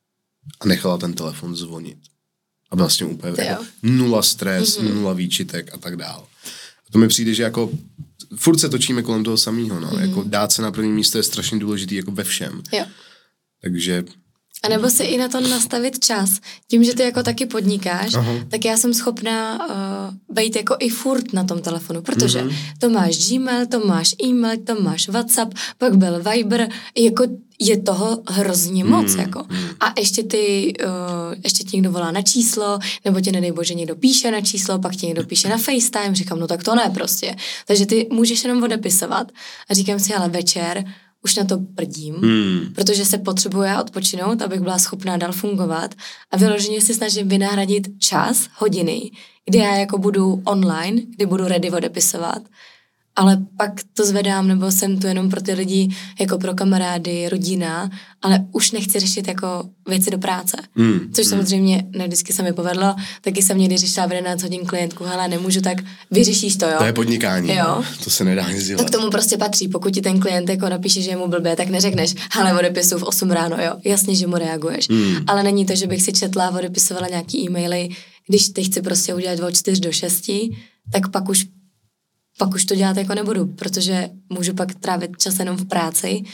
[SPEAKER 2] A nechala ten telefon zvonit. A vlastně úplně jako nula stres, mm-hmm. nula výčitek a tak dál. A to mi přijde, že jako furt se točíme kolem toho samého, no. Mm-hmm. Jako dát se na první místo je strašně důležitý jako ve všem.
[SPEAKER 1] Jo.
[SPEAKER 2] Takže...
[SPEAKER 1] A nebo si i na to nastavit čas. Tím, že ty jako taky podnikáš, aha. tak já jsem schopná uh, být jako i furt na tom telefonu, protože mm-hmm. to máš Gmail, to máš e-mail, to máš WhatsApp, pak byl Viber, jako je toho hrozně moc, mm-hmm. jako. A ještě ty, uh, ještě ti někdo volá na číslo, nebo tě nedej bože někdo píše na číslo, pak ti někdo píše na FaceTime, říkám, no tak to ne prostě. Takže ty můžeš jenom odepisovat a říkám si, ale večer už na to prdím, hmm. protože se potřebuji odpočinout, abych byla schopná dál fungovat a vyloženě si snažím vynahradit čas, hodiny, kdy já jako budu online, kdy budu ready odepisovat, ale pak to zvedám, nebo jsem tu jenom pro ty lidi, jako pro kamarády, rodina, ale už nechci řešit jako věci do práce. Mm, Což mm. samozřejmě ne vždycky se mi povedlo, taky jsem někdy řešila v jedenáct hodin klientku, hele, nemůžu, tak vyřešíš to, jo.
[SPEAKER 2] To je podnikání, jo. To se nedá nic dělat.
[SPEAKER 1] To k tomu prostě patří, pokud ti ten klient jako napíše, že je mu blbě, tak neřekneš, hele, odepisu v osm ráno, jo, jasně, že mu reaguješ. Mm. Ale není to, že bych si četla, odepisovala nějaký e-maily, když ty chci prostě udělat od čtyř do šesti, tak pak už pak už to dělat jako nebudu, protože můžu pak trávit čas jenom v práci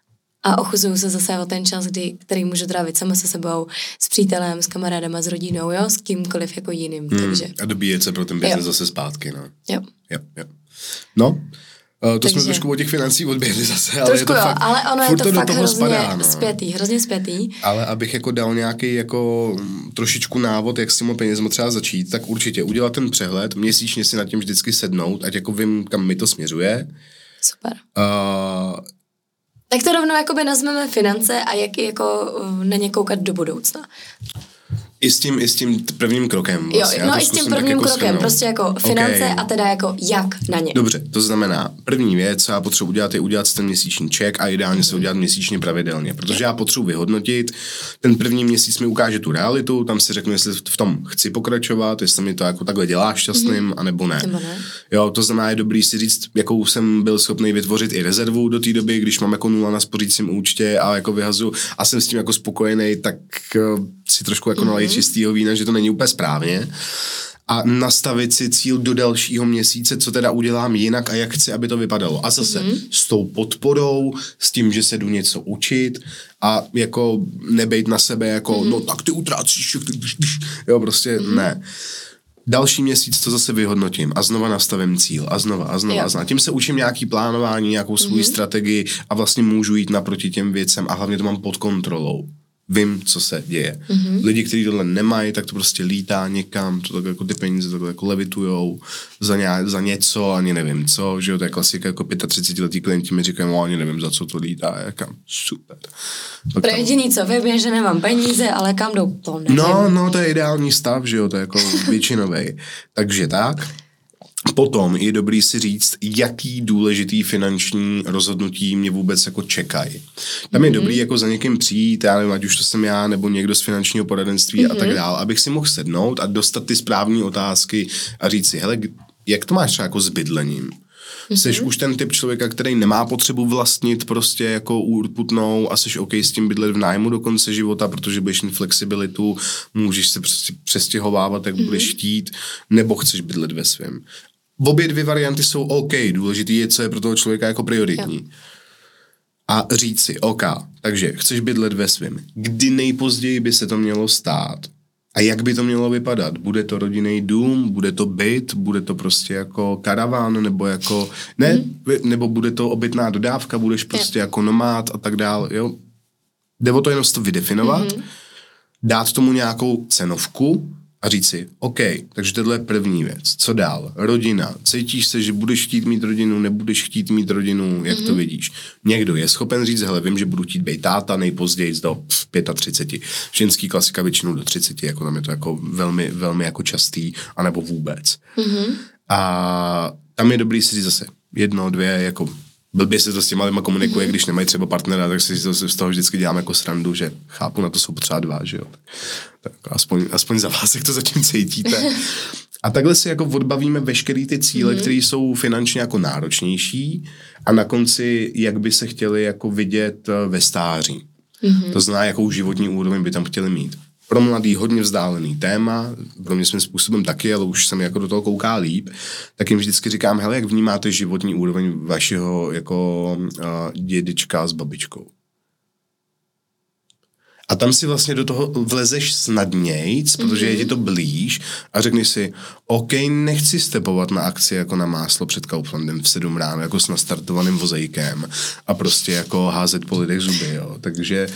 [SPEAKER 1] a ochuzuju se zase o ten čas, kdy, který můžu trávit sama se sebou, s přítelem, s kamarádama, s rodinou, jo, s kýmkoliv jako jiným, hmm. takže.
[SPEAKER 2] A dobíjet se pro ten biznes zase zpátky, no.
[SPEAKER 1] Jo.
[SPEAKER 2] Jo, jo. No, Uh, to takže jsme trošku od těch financí odběhli zase, ale
[SPEAKER 1] trošku
[SPEAKER 2] je to
[SPEAKER 1] jo,
[SPEAKER 2] fakt,
[SPEAKER 1] ale ono je to fakt hrozně
[SPEAKER 2] spadá, no.
[SPEAKER 1] spjatý, hrozně spjatý.
[SPEAKER 2] Ale abych jako dal nějaký jako trošičku návod, jak s těmi penězma třeba začít, tak určitě udělat ten přehled, měsíčně si nad tím vždycky sednout, ať jako vím, kam mi to směřuje.
[SPEAKER 1] Super.
[SPEAKER 2] Uh,
[SPEAKER 1] tak to rovnou jakoby nazveme finance a jak jako na ně koukat do budoucna.
[SPEAKER 2] I s tím, i s tím prvním krokem.
[SPEAKER 1] Vlastně. Jo, no i s tím prvním jako krokem, schrnout. Prostě jako finance okay. A teda jako jak na ně.
[SPEAKER 2] Dobře, to znamená, první věc, co já potřebuji udělat, je udělat ten měsíční check a ideálně mm. se udělat měsíčně pravidelně, protože já potřebuji vyhodnotit, ten první měsíc mi ukáže tu realitu, tam si řeknu, jestli v tom chci pokračovat, jestli mi to jako takhle dělá šťastným, mm. anebo ne.
[SPEAKER 1] Nebo ne.
[SPEAKER 2] Jo, to znamená, je dobrý si říct, jakou jsem byl schopný vytvořit i rezervu do té doby, když mám jako nula na spořícím účtě a jako vyhazu a jsem s tím jako spokojený, tak si trošku jako mm. nalej čistýho vína, že to není úplně správně a nastavit si cíl do dalšího měsíce, co teda udělám jinak a jak chci, aby to vypadalo. A zase mm. s tou podporou, s tím, že se jdu něco učit a jako nebejt na sebe jako, mm. no tak ty utrácíš, jo, prostě mm. ne. Další měsíc to zase vyhodnotím a znova nastavím cíl a znova a znova jo. a znova. Tím se učím nějaký plánování, nějakou svou mm-hmm. strategii a vlastně můžu jít naproti těm věcem a hlavně to mám pod kontrolou. Vím, co se děje. Mm-hmm. Lidi, kteří tohle nemají, tak to prostě lítá někam, to tak jako ty peníze takhle jako levitujou za, ně, za něco, ani nevím co, že jo, to je klasika, jako třicetiletí klienti mi říkají, no, ani nevím, za co to lítá, jakam, super.
[SPEAKER 1] Tak pro jediný, co vím, je, že nemám peníze, ale kam jdou, to nevím.
[SPEAKER 2] No, no, to je ideální stav, že jo, to je jako většinovej. Takže tak. Potom je dobrý si říct, jaký důležitý finanční rozhodnutí mě vůbec jako čekají. Tam mm-hmm. je dobrý jako za někým přijít, já nevím, ať už to jsem já, nebo někdo z finančního poradenství mm-hmm. a tak dále, abych si mohl sednout a dostat ty správné otázky a říct si, hele, jak to máš třeba jako s bydlením? Mm-hmm. Seš už ten typ člověka, který nemá potřebu vlastnit prostě jako urputnou a seš OK s tím bydlet v nájmu do konce života, protože budeš mít flexibilitu, můžeš se prostě přestěhovávat, jak mm-hmm. budeš chtít, nebo chceš bydlet ve svém. Obě dvě varianty jsou OK, důležitý je, co je pro toho člověka jako prioritní. Jo. A říct si, OK, takže chceš bydlet ve svém. Kdy nejpozději by se to mělo stát? A jak by to mělo vypadat? Bude to rodinný dům, bude to byt, bude to prostě jako karaván, nebo jako, ne, mm. nebo bude to obytná dodávka, budeš prostě jo. jako nomád a tak dále, jo. Jde o to jenom to vydefinovat, mm-hmm. dát tomu nějakou cenovku, a říct si, OK, takže tohle je první věc. Co dál? Rodina. Cítíš se, že budeš chtít mít rodinu, nebudeš chtít mít rodinu, jak mm-hmm. to vidíš? Někdo je schopen říct, hele, vím, že budu chtít být táta nejpozději do třiceti pěti. Ženský klasika většinou do třiceti, jako tam je to jako velmi, velmi jako častý, anebo vůbec. Mm-hmm. A tam je dobrý si říct zase jedno, dvě, jako blbě se to s těma lidma komunikuje, mm-hmm. když nemají třeba partnera, tak si to z toho vždycky dělám jako srandu, že chápu, na to jsou potřeba dva, že jo. Tak aspoň, aspoň za vás, jak to zatím cítíte. A takhle si jako odbavíme veškerý ty cíle, mm-hmm. které jsou finančně jako náročnější a na konci, jak by se chtěli jako vidět ve stáří. Mm-hmm. To znamená, jakou životní úroveň by tam chtěli mít. Pro mladý hodně vzdálený téma, pro mě svým způsobem taky, ale už jsem jako do toho kouká líp, tak jim vždycky říkám, hele, jak vnímáte životní úroveň vašeho jako uh, dědečka s babičkou. A tam si vlastně do toho vlezeš snadnějc, protože mm-hmm. je ti to blíž a řekneš si, OK, nechci stepovat na akci jako na máslo před Kauflandem v sedm ráno, jako s nastartovaným vozejkem a prostě jako házet po lidech zuby, jo. Takže,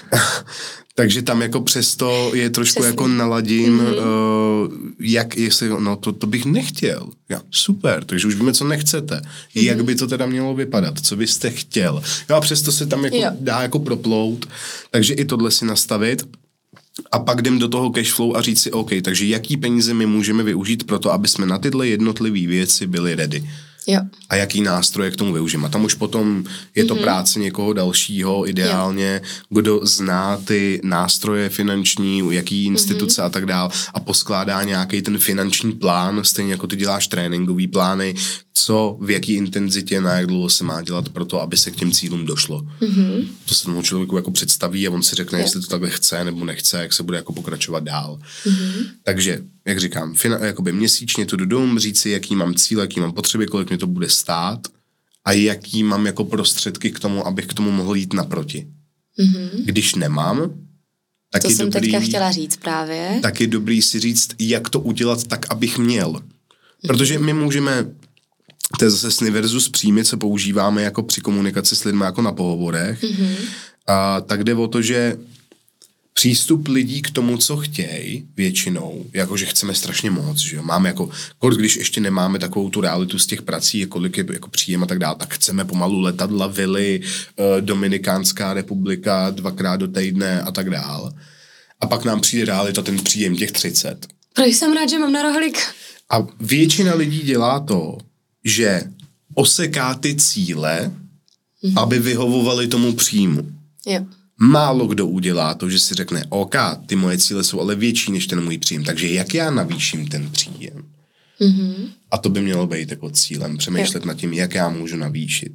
[SPEAKER 2] takže tam jako přesto je trošku Přesný. jako naladím, mm-hmm. uh, jak jestli, no to, to bych nechtěl. Ja, super, takže už víme, co nechcete. Mm-hmm. Jak by to teda mělo vypadat, co byste chtěl. Jo, a přesto se tam jako jo. dá jako proplout, takže i tohle si nastavit a pak jdem do toho cashflow a říct si, OK, takže jaký peníze my můžeme využít pro to, aby jsme na tyhle jednotlivé věci byli ready. Jo. A jaký nástroje k tomu využijeme. A tam už potom je to mm-hmm. práce někoho dalšího, ideálně, jo. kdo zná ty nástroje finanční, jaký instituce mm-hmm. a tak dál a poskládá nějaký ten finanční plán, stejně jako ty děláš tréninkový plány, co, v jaký intenzitě, na jak dlouho se má dělat pro to, aby se k těm cílům došlo. Mm-hmm. To se tomu člověku jako představí a on si řekne, jo. jestli to takhle chce nebo nechce, jak se bude jako pokračovat dál. Mm-hmm. Takže, jak říkám, fina, jakoby měsíčně tu dům, říct si, jaký mám cíl, jaký mám potřeby, kolik mě to bude stát a jaký mám jako prostředky k tomu, abych k tomu mohl jít naproti. Mm-hmm. Když nemám, tak
[SPEAKER 1] to
[SPEAKER 2] je
[SPEAKER 1] jsem
[SPEAKER 2] dobrý,
[SPEAKER 1] teďka chtěla říct právě.
[SPEAKER 2] Tak je dobrý si říct, jak to udělat tak, abych měl. Protože my můžeme, to je zase sny versus příjmy, co používáme jako při komunikaci s lidmi jako na pohovorech, mm-hmm. a tak jde o to, že přístup lidí k tomu, co chtějí, většinou, jakože chceme strašně moc, že jo, máme jako, kolik, když ještě nemáme takovou tu realitu z těch prací, kolik je jako příjem a tak dále, tak chceme pomalu letadla, vily, eh, Dominikánská republika, dvakrát do týdne a tak dále. A pak nám přijde realita, ten příjem těch třicet.
[SPEAKER 1] Proč jsem rád, že mám na rohlík?
[SPEAKER 2] A většina lidí dělá to, že oseká ty cíle, mm-hmm. aby vyhovovali tomu příjmu.
[SPEAKER 1] Jo.
[SPEAKER 2] Málo kdo udělá to, že si řekne, OK, ty moje cíle jsou ale větší než ten můj příjem, takže jak já navýším ten příjem? Mm-hmm. A to by mělo být jako cílem, přemýšlet jo. nad tím, jak já můžu navýšit.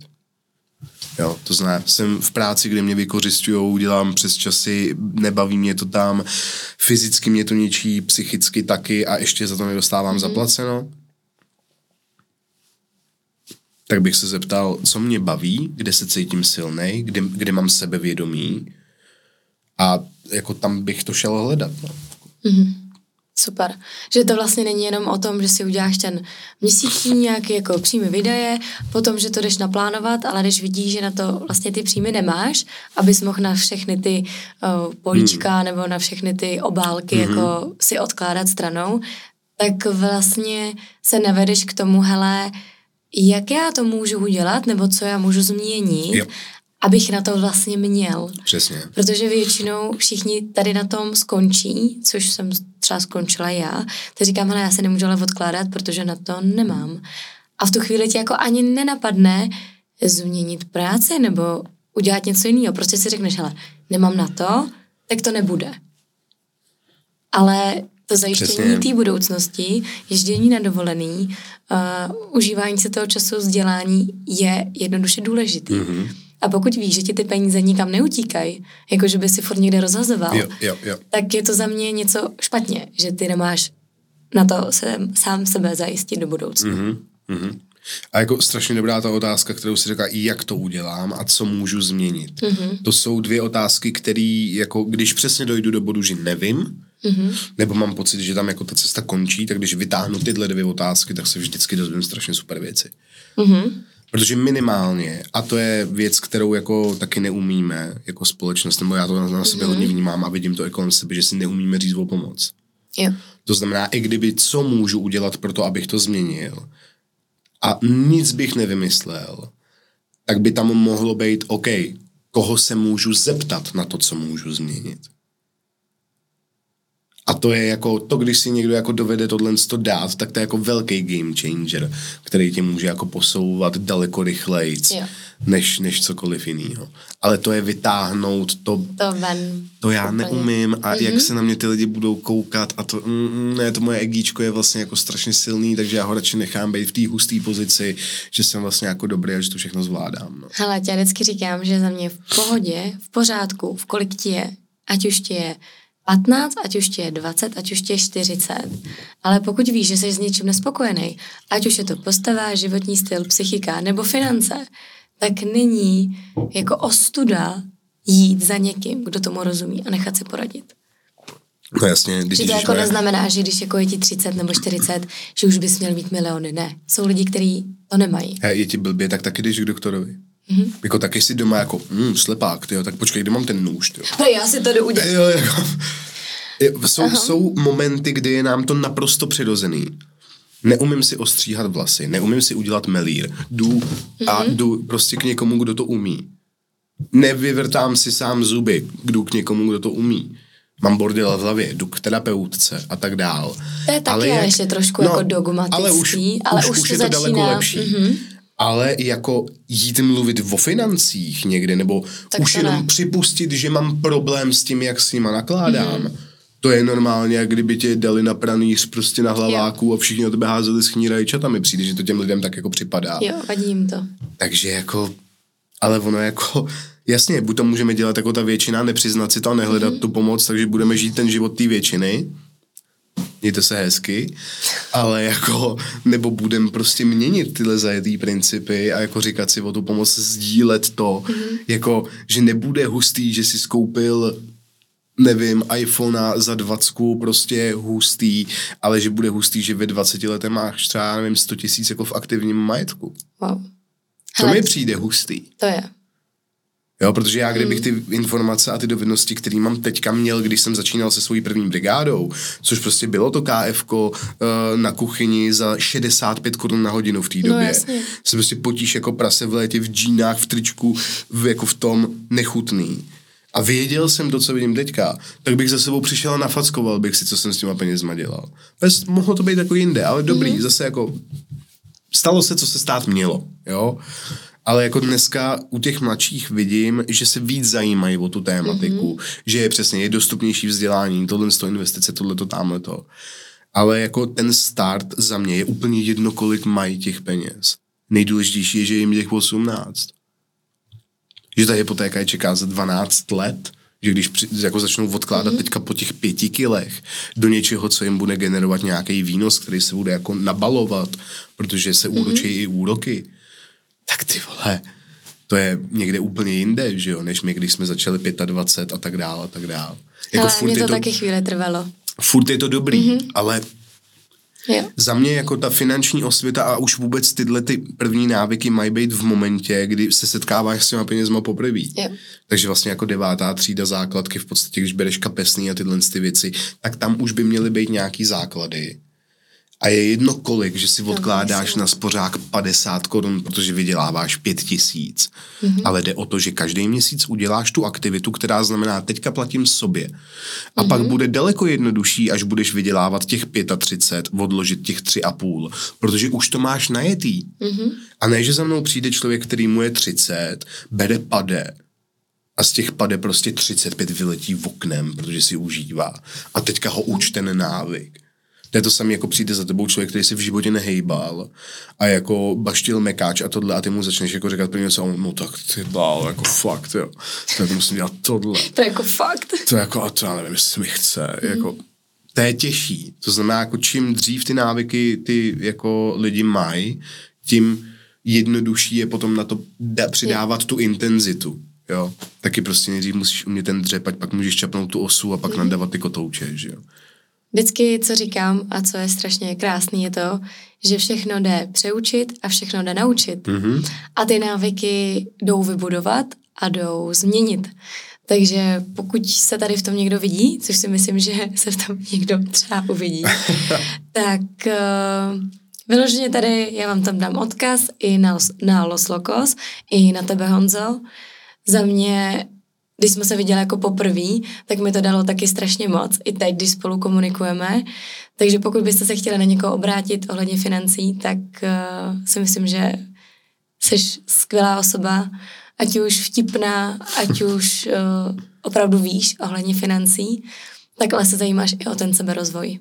[SPEAKER 2] Jo, to znamená, jsem v práci, kde mě vykořisťujou, dělám přes časy, nebaví mě to tam, fyzicky mě to ničí, psychicky taky a ještě za to nedostávám mm-hmm. zaplaceno. Tak bych se zeptal, co mě baví, kde se cítím silnej, kde, kde mám sebevědomí a jako tam bych to šel hledat. No. Mm-hmm.
[SPEAKER 1] Super. Že to vlastně není jenom o tom, že si uděláš ten měsíční nějaký jako příjmy výdaje, potom, že to jdeš naplánovat, ale když vidíš, že na to vlastně ty příjmy nemáš, abys mohl na všechny ty uh, políčka hmm. nebo na všechny ty obálky hmm. jako si odkládat stranou, tak vlastně se navedeš k tomu, hele, jak já to můžu udělat, nebo co já můžu změnit, jo. abych na to vlastně měl.
[SPEAKER 2] Přesně.
[SPEAKER 1] Protože většinou všichni tady na tom skončí, což jsem třeba skončila já, tak říkám, hele, já se nemůžu ale odkládat, protože na to nemám. A v tu chvíli ti jako ani nenapadne změnit práci nebo udělat něco jiného. Prostě si řekneš, hele, nemám na to, tak to nebude. Ale to zajištění té budoucnosti, ježdění na dovolený, uh, užívání se toho času, vzdělání je jednoduše důležitý. Mm-hmm. A pokud víš, že ti ty peníze nikam neutíkají, jako že by si furt někde rozhazoval,
[SPEAKER 2] jo, jo, jo.
[SPEAKER 1] tak je to za mě něco špatně, že ty nemáš na to se, sám sebe zajistit do budoucna.
[SPEAKER 2] Mm-hmm, mm-hmm. A jako strašně dobrá ta otázka, kterou si říká, jak to udělám a co můžu změnit. Mm-hmm. To jsou dvě otázky, které, jako když přesně dojdu do bodu, že nevím, mm-hmm. nebo mám pocit, že tam jako ta cesta končí, tak když vytáhnu tyhle dvě otázky, tak se vždycky dozvím strašně super věci. Mm-hmm. Protože minimálně, a to je věc, kterou jako taky neumíme jako společnost, nebo já to na, na sobě mm-hmm. hodně vnímám a vidím to i kolem sebe, že si neumíme říct o pomoc.
[SPEAKER 1] Jo.
[SPEAKER 2] To znamená, i kdyby co můžu udělat pro to, abych to změnil a nic bych nevymyslel, tak by tam mohlo být, OK, koho se můžu zeptat na to, co můžu změnit. A to je jako, to když si někdo jako dovede tohle dát, tak to je jako velký game changer, který tě může jako posouvat daleko rychlejc, než, než cokoliv jinýho. Ale to je vytáhnout to,
[SPEAKER 1] to, ven,
[SPEAKER 2] to já úplně neumím a mm-hmm. jak se na mě ty lidi budou koukat a to, mm, ne, to moje egíčko je vlastně jako strašně silný, takže já ho radši nechám být v té husté pozici, že jsem vlastně jako dobrý a že to všechno zvládám. No.
[SPEAKER 1] Hele, já vždycky říkám, že za mě v pohodě, v pořádku, v kolik ti je, ať už ti je patnáct, ať už ti je dvacet, ať už ti je čtyřicet. Ale pokud víš, že jsi s něčím nespokojený, ať už je to postava, životní styl, psychika nebo finance, tak není jako ostuda jít za někým, kdo tomu rozumí a nechat se poradit.
[SPEAKER 2] No jasně.
[SPEAKER 1] Že to jako ne... neznamená, že když jako je ti třicet nebo čtyřicet, že už bys měl mít miliony. Ne. Jsou lidi, kteří to nemají.
[SPEAKER 2] He, je ti blbě, tak taky jdeš k doktorovi. Mm-hmm. Jako taky si doma jako, mm, slepák, tyjo, tak počkej, kde mám ten nůž, tyjo.
[SPEAKER 1] No já si to jdu udělat.
[SPEAKER 2] Jo, jako, jsou, jsou momenty, kdy je nám to naprosto přirozený. Neumím si ostříhat vlasy, neumím si udělat melír. Jdu mm-hmm. a jdu prostě k někomu, kdo to umí. Nevyvrtám si sám zuby, jdu k někomu, kdo to umí. Mám bordel v hlavě, jdu k terapeutce a tak dál.
[SPEAKER 1] To je taky ale jak, ještě trošku no, jako dogmatický,
[SPEAKER 2] ale už,
[SPEAKER 1] ale
[SPEAKER 2] už,
[SPEAKER 1] už,
[SPEAKER 2] už
[SPEAKER 1] to
[SPEAKER 2] je to
[SPEAKER 1] začíná.
[SPEAKER 2] daleko lepší. Mm-hmm. Ale jako jít mluvit o financích někde, nebo tak už jenom ne. připustit, že mám problém s tím, jak s nima nakládám, mm-hmm. to je normálně, jak kdyby tě dali na pranýř prostě na hlaváku jo. a všichni na tebe házeli schní rajčata, mi přijde, že to těm lidem tak jako připadá.
[SPEAKER 1] Jo, vadí jim to.
[SPEAKER 2] Takže jako, ale ono jako, jasně, buď to můžeme dělat jako ta většina, nepřiznat si to a nehledat mm-hmm. tu pomoc, takže budeme žít ten život té většiny, mějte se hezky, ale jako, nebo budem prostě měnit tyhle zajetý principy a jako říkat si o tu pomoc, sdílet to, mm-hmm. jako, že nebude hustý, že si skoupil, nevím, iPhonea za dvacku, prostě hustý, ale že bude hustý, že ve dvaceti letech máš třeba, nevím, sto tisíc jako v aktivním majetku.
[SPEAKER 1] Wow.
[SPEAKER 2] To mi přijde hustý.
[SPEAKER 1] To je.
[SPEAKER 2] Jo, protože já kdybych ty informace a ty dovednosti, které mám teďka měl, když jsem začínal se svojí první brigádou, což prostě bylo to ká efko uh, na kuchyni za šedesát pět korun na hodinu v té době. No, jasně. Se prostě potíš jako prase v létě, v džínách, v tričku, v, jako v tom nechutný. A věděl jsem to, co vidím teďka, tak bych za sebou přišel a nafackoval bych si, co jsem s těma penězma dělal. Bez, mohlo to být jako jinde, ale dobrý, mm-hmm. zase jako stalo se, co se stát mělo, jo. Ale jako dneska u těch mladších vidím, že se víc zajímají o tu tématiku, mm-hmm. že je přesně, je dostupnější vzdělání, tohle z toho investice, tohleto, támhleto. Ale jako ten start za mě je úplně jedno, kolik mají těch peněz. Nejdůležitější je, že jim těch osmnáct. Že ta hypotéka je čeká za dvanáct let, že když při, jako začnou odkládat mm-hmm. teďka po těch pěti kilech do něčeho, co jim bude generovat nějaký výnos, který se bude jako nabalovat, protože se mm-hmm. úročí i úroky. Tak ty vole, to je někde úplně jinde, že jo, než my, když jsme začali dvacet pět a tak dále a tak dále.
[SPEAKER 1] Jako ale mě to, to taky chvíli trvalo.
[SPEAKER 2] furt je to dobrý, mm-hmm. ale
[SPEAKER 1] jo.
[SPEAKER 2] Za mě jako ta finanční osvěta a už vůbec tyhle ty první návyky mají být v momentě, kdy se setkáváš s těma penězma poprvé. Takže vlastně jako devátá třída základky v podstatě, když bereš kapesný a tyhle ty věci, tak tam už by měly být nějaký základy. A je jedno kolik, že si odkládáš na spořák padesát korun, protože vyděláváš pět tisíc. Mm-hmm. Ale jde o to, že každý měsíc uděláš tu aktivitu, která znamená teďka platím sobě. A mm-hmm. pak bude daleko jednodušší, až budeš vydělávat těch třicet pět, odložit těch tři a půl. Protože už to máš najetý. Mm-hmm. A ne, že za mnou přijde člověk, který mu je třicet, bere pade a z těch pade prostě třicet pět vyletí v oknem, protože si užívá. A teďka ho uč ten návyk. To je to samé, jako přijde za tebou člověk, který si v životě nehejbal a jako baštil mekáč a tohle a ty mu začneš jako říkat první co, no tak ty bál, jako fakt, jo. Tak musím dělat tohle.
[SPEAKER 1] To je jako fakt.
[SPEAKER 2] To je jako, a to já nevím, jestli mi chce, mm. jako, to je těžší. To znamená, jako čím dřív ty návyky ty jako lidi mají, tím jednodušší je potom na to da, přidávat je. tu intenzitu. Jo, taky prostě nejdřív musíš umět ten dřep, pak můžeš čapnout tu osu a pak mm. nadávat ty kotouče, že jo.
[SPEAKER 1] Vždycky, co říkám a co je strašně krásný, je to, že všechno jde přeučit a všechno jde naučit. Mm-hmm. A ty návyky jdou vybudovat a jdou změnit. Takže pokud se tady v tom někdo vidí, což si myslím, že se v tom někdo třeba uvidí, tak uh, vyloženě tady, já vám tam dám odkaz i na, na Los Locos, i na tebe, Honzo. Za mě, když jsme se viděli jako poprvé, tak mi to dalo taky strašně moc. I teď, když spolu komunikujeme. Takže pokud byste se chtěli na někoho obrátit ohledně financí, tak uh, si myslím, že jsi skvělá osoba, ať už vtipná, ať už uh, opravdu víš ohledně financí, tak ale se zajímáš i o ten seberozvoj.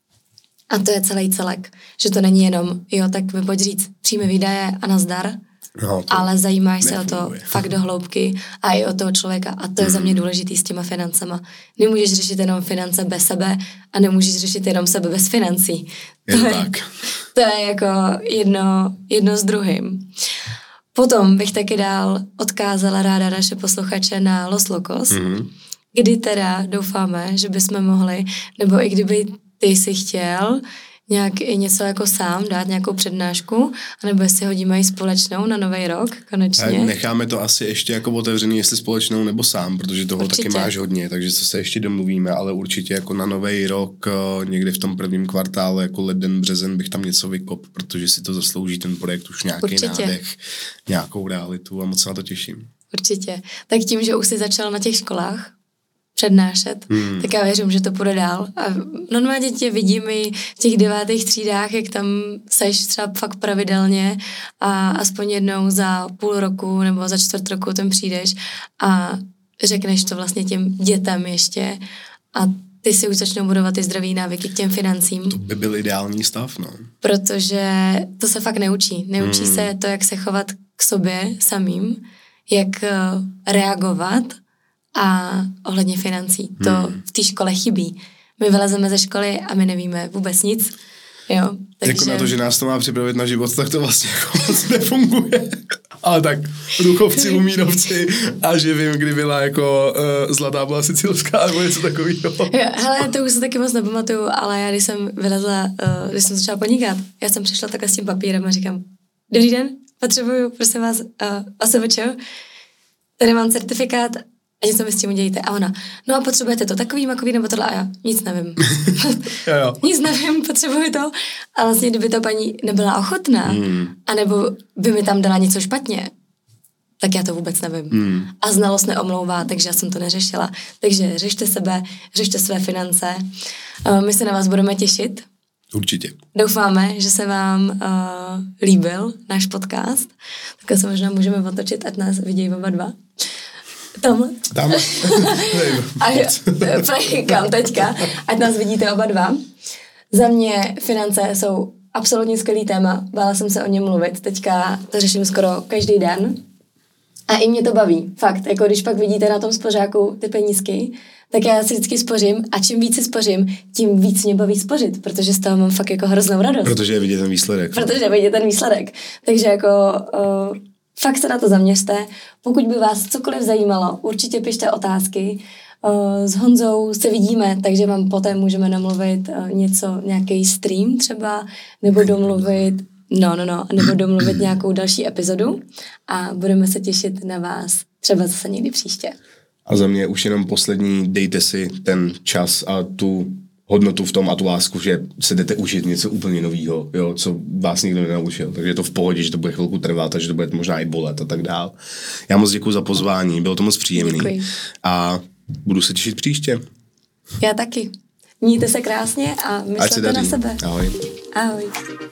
[SPEAKER 1] A to je celý celek. Že to není jenom, jo, tak mi pojď říct příjmy, výdaje a nazdar, no, ale zajímáš nefunguje. se o to fakt do hloubky a i o toho člověka. A to je mm. za mě důležitý s těma financema. Nemůžeš řešit jenom finance bez sebe a nemůžeš řešit jenom sebe bez financí.
[SPEAKER 2] Je
[SPEAKER 1] to,
[SPEAKER 2] tak.
[SPEAKER 1] Je, to je jako jedno, jedno s druhým. Potom bych taky dál odkázala ráda naše posluchače na Los Locos, mm. kdy teda doufáme, že bychom mohli, nebo i kdyby ty si chtěl nějak i něco jako sám, dát nějakou přednášku, anebo jestli hodíme i společnou na nový rok, konečně.
[SPEAKER 2] A necháme to asi ještě jako otevřený, jestli společnou nebo sám, protože toho určitě. taky máš hodně, takže co se ještě domluvíme, ale určitě jako na nový rok, někdy v tom prvním kvartále, jako leden, březen bych tam něco vykop, protože si to zaslouží ten projekt už nějaký určitě. nádech, nějakou realitu a moc se na to těším.
[SPEAKER 1] Určitě. Tak tím, že už jsi začal na těch školách přednášet, hmm. tak já věřím, že to půjde dál. A normálně tě vidím i v těch devátých třídách, jak tam seš třeba fakt pravidelně a aspoň jednou za půl roku nebo za čtvrt roku tam přijdeš a řekneš to vlastně těm dětem ještě a ty si už začnou budovat ty zdravý návyky k těm financím.
[SPEAKER 2] To by byl ideální stav, no.
[SPEAKER 1] Protože to se fakt neučí. Neučí hmm. se to, jak se chovat k sobě samým, jak reagovat a ohledně financí. To hmm. v té škole chybí. My vylezeme ze školy a my nevíme vůbec nic. Jo, takže...
[SPEAKER 2] Jako na to, že nás to má připravit na život, tak to vlastně jako moc nefunguje. Ale tak duchovci, umírovci a že vím, kdy byla jako uh, zlatá byla sicilská nebo něco takového.
[SPEAKER 1] Hele, to už se taky moc nepamatuju, ale já když jsem vylezla, uh, když jsem začala podnikat, já jsem přišla takhle s tím papírem a říkám, dobrý den, potřebuju, prosím vás, uh, O S V Č, tady mám certifikát a něco mi s tím udělíte. A ona, no a potřebujete to takový, makový nebo tohle? A já, nic nevím.
[SPEAKER 2] jo, jo.
[SPEAKER 1] Nic nevím, potřebuji to. A vlastně, kdyby ta paní nebyla ochotná, hmm. anebo by mi tam dala něco špatně, tak já to vůbec nevím. Hmm. A znalost neomlouvá, takže já jsem to neřešila. Takže řešte sebe, řešte své finance. Uh, my se na vás budeme těšit.
[SPEAKER 2] Určitě.
[SPEAKER 1] Doufáme, že se vám uh, líbil náš podcast. Tak se možná můžeme otočit, ať nás vidějí oba dva. Tam.
[SPEAKER 2] Tam.
[SPEAKER 1] A kam teďka, ať nás vidíte oba dva. Za mě finance jsou absolutně skvělý téma, bála jsem se o něm mluvit, teďka to řeším skoro každý den a i mě to baví, fakt, jako když pak vidíte na tom spořáku ty penízky, tak já si vždycky spořím a čím víc si spořím, tím víc mě baví spořit, protože z toho mám fakt jako hroznou radost.
[SPEAKER 2] Protože je vidět ten výsledek.
[SPEAKER 1] Protože je vidět ten výsledek, takže jako... Uh, Fakt se na to zaměřte. Pokud by vás cokoliv zajímalo, určitě pište otázky. uh, s Honzou se vidíme, takže vám poté můžeme namluvit uh, něco, nějaký stream třeba, nebo domluvit, no, no, no, nebo domluvit nějakou další epizodu a budeme se těšit na vás třeba zase někdy příště.
[SPEAKER 2] A za mě už jenom poslední, dejte si ten čas a tu hodnotu v tom a tu lásku, že se jdete užít něco úplně novýho, jo, co vás nikdo nenaučil. Takže je to v pohodě, že to bude chvilku trvat a že to bude možná i bolet a tak dál. Já moc děkuji za pozvání, bylo to moc příjemný.
[SPEAKER 1] Děkuji.
[SPEAKER 2] A budu se těšit příště.
[SPEAKER 1] Já taky. Mějte se krásně a myslete na sebe.
[SPEAKER 2] Ahoj.
[SPEAKER 1] Ahoj.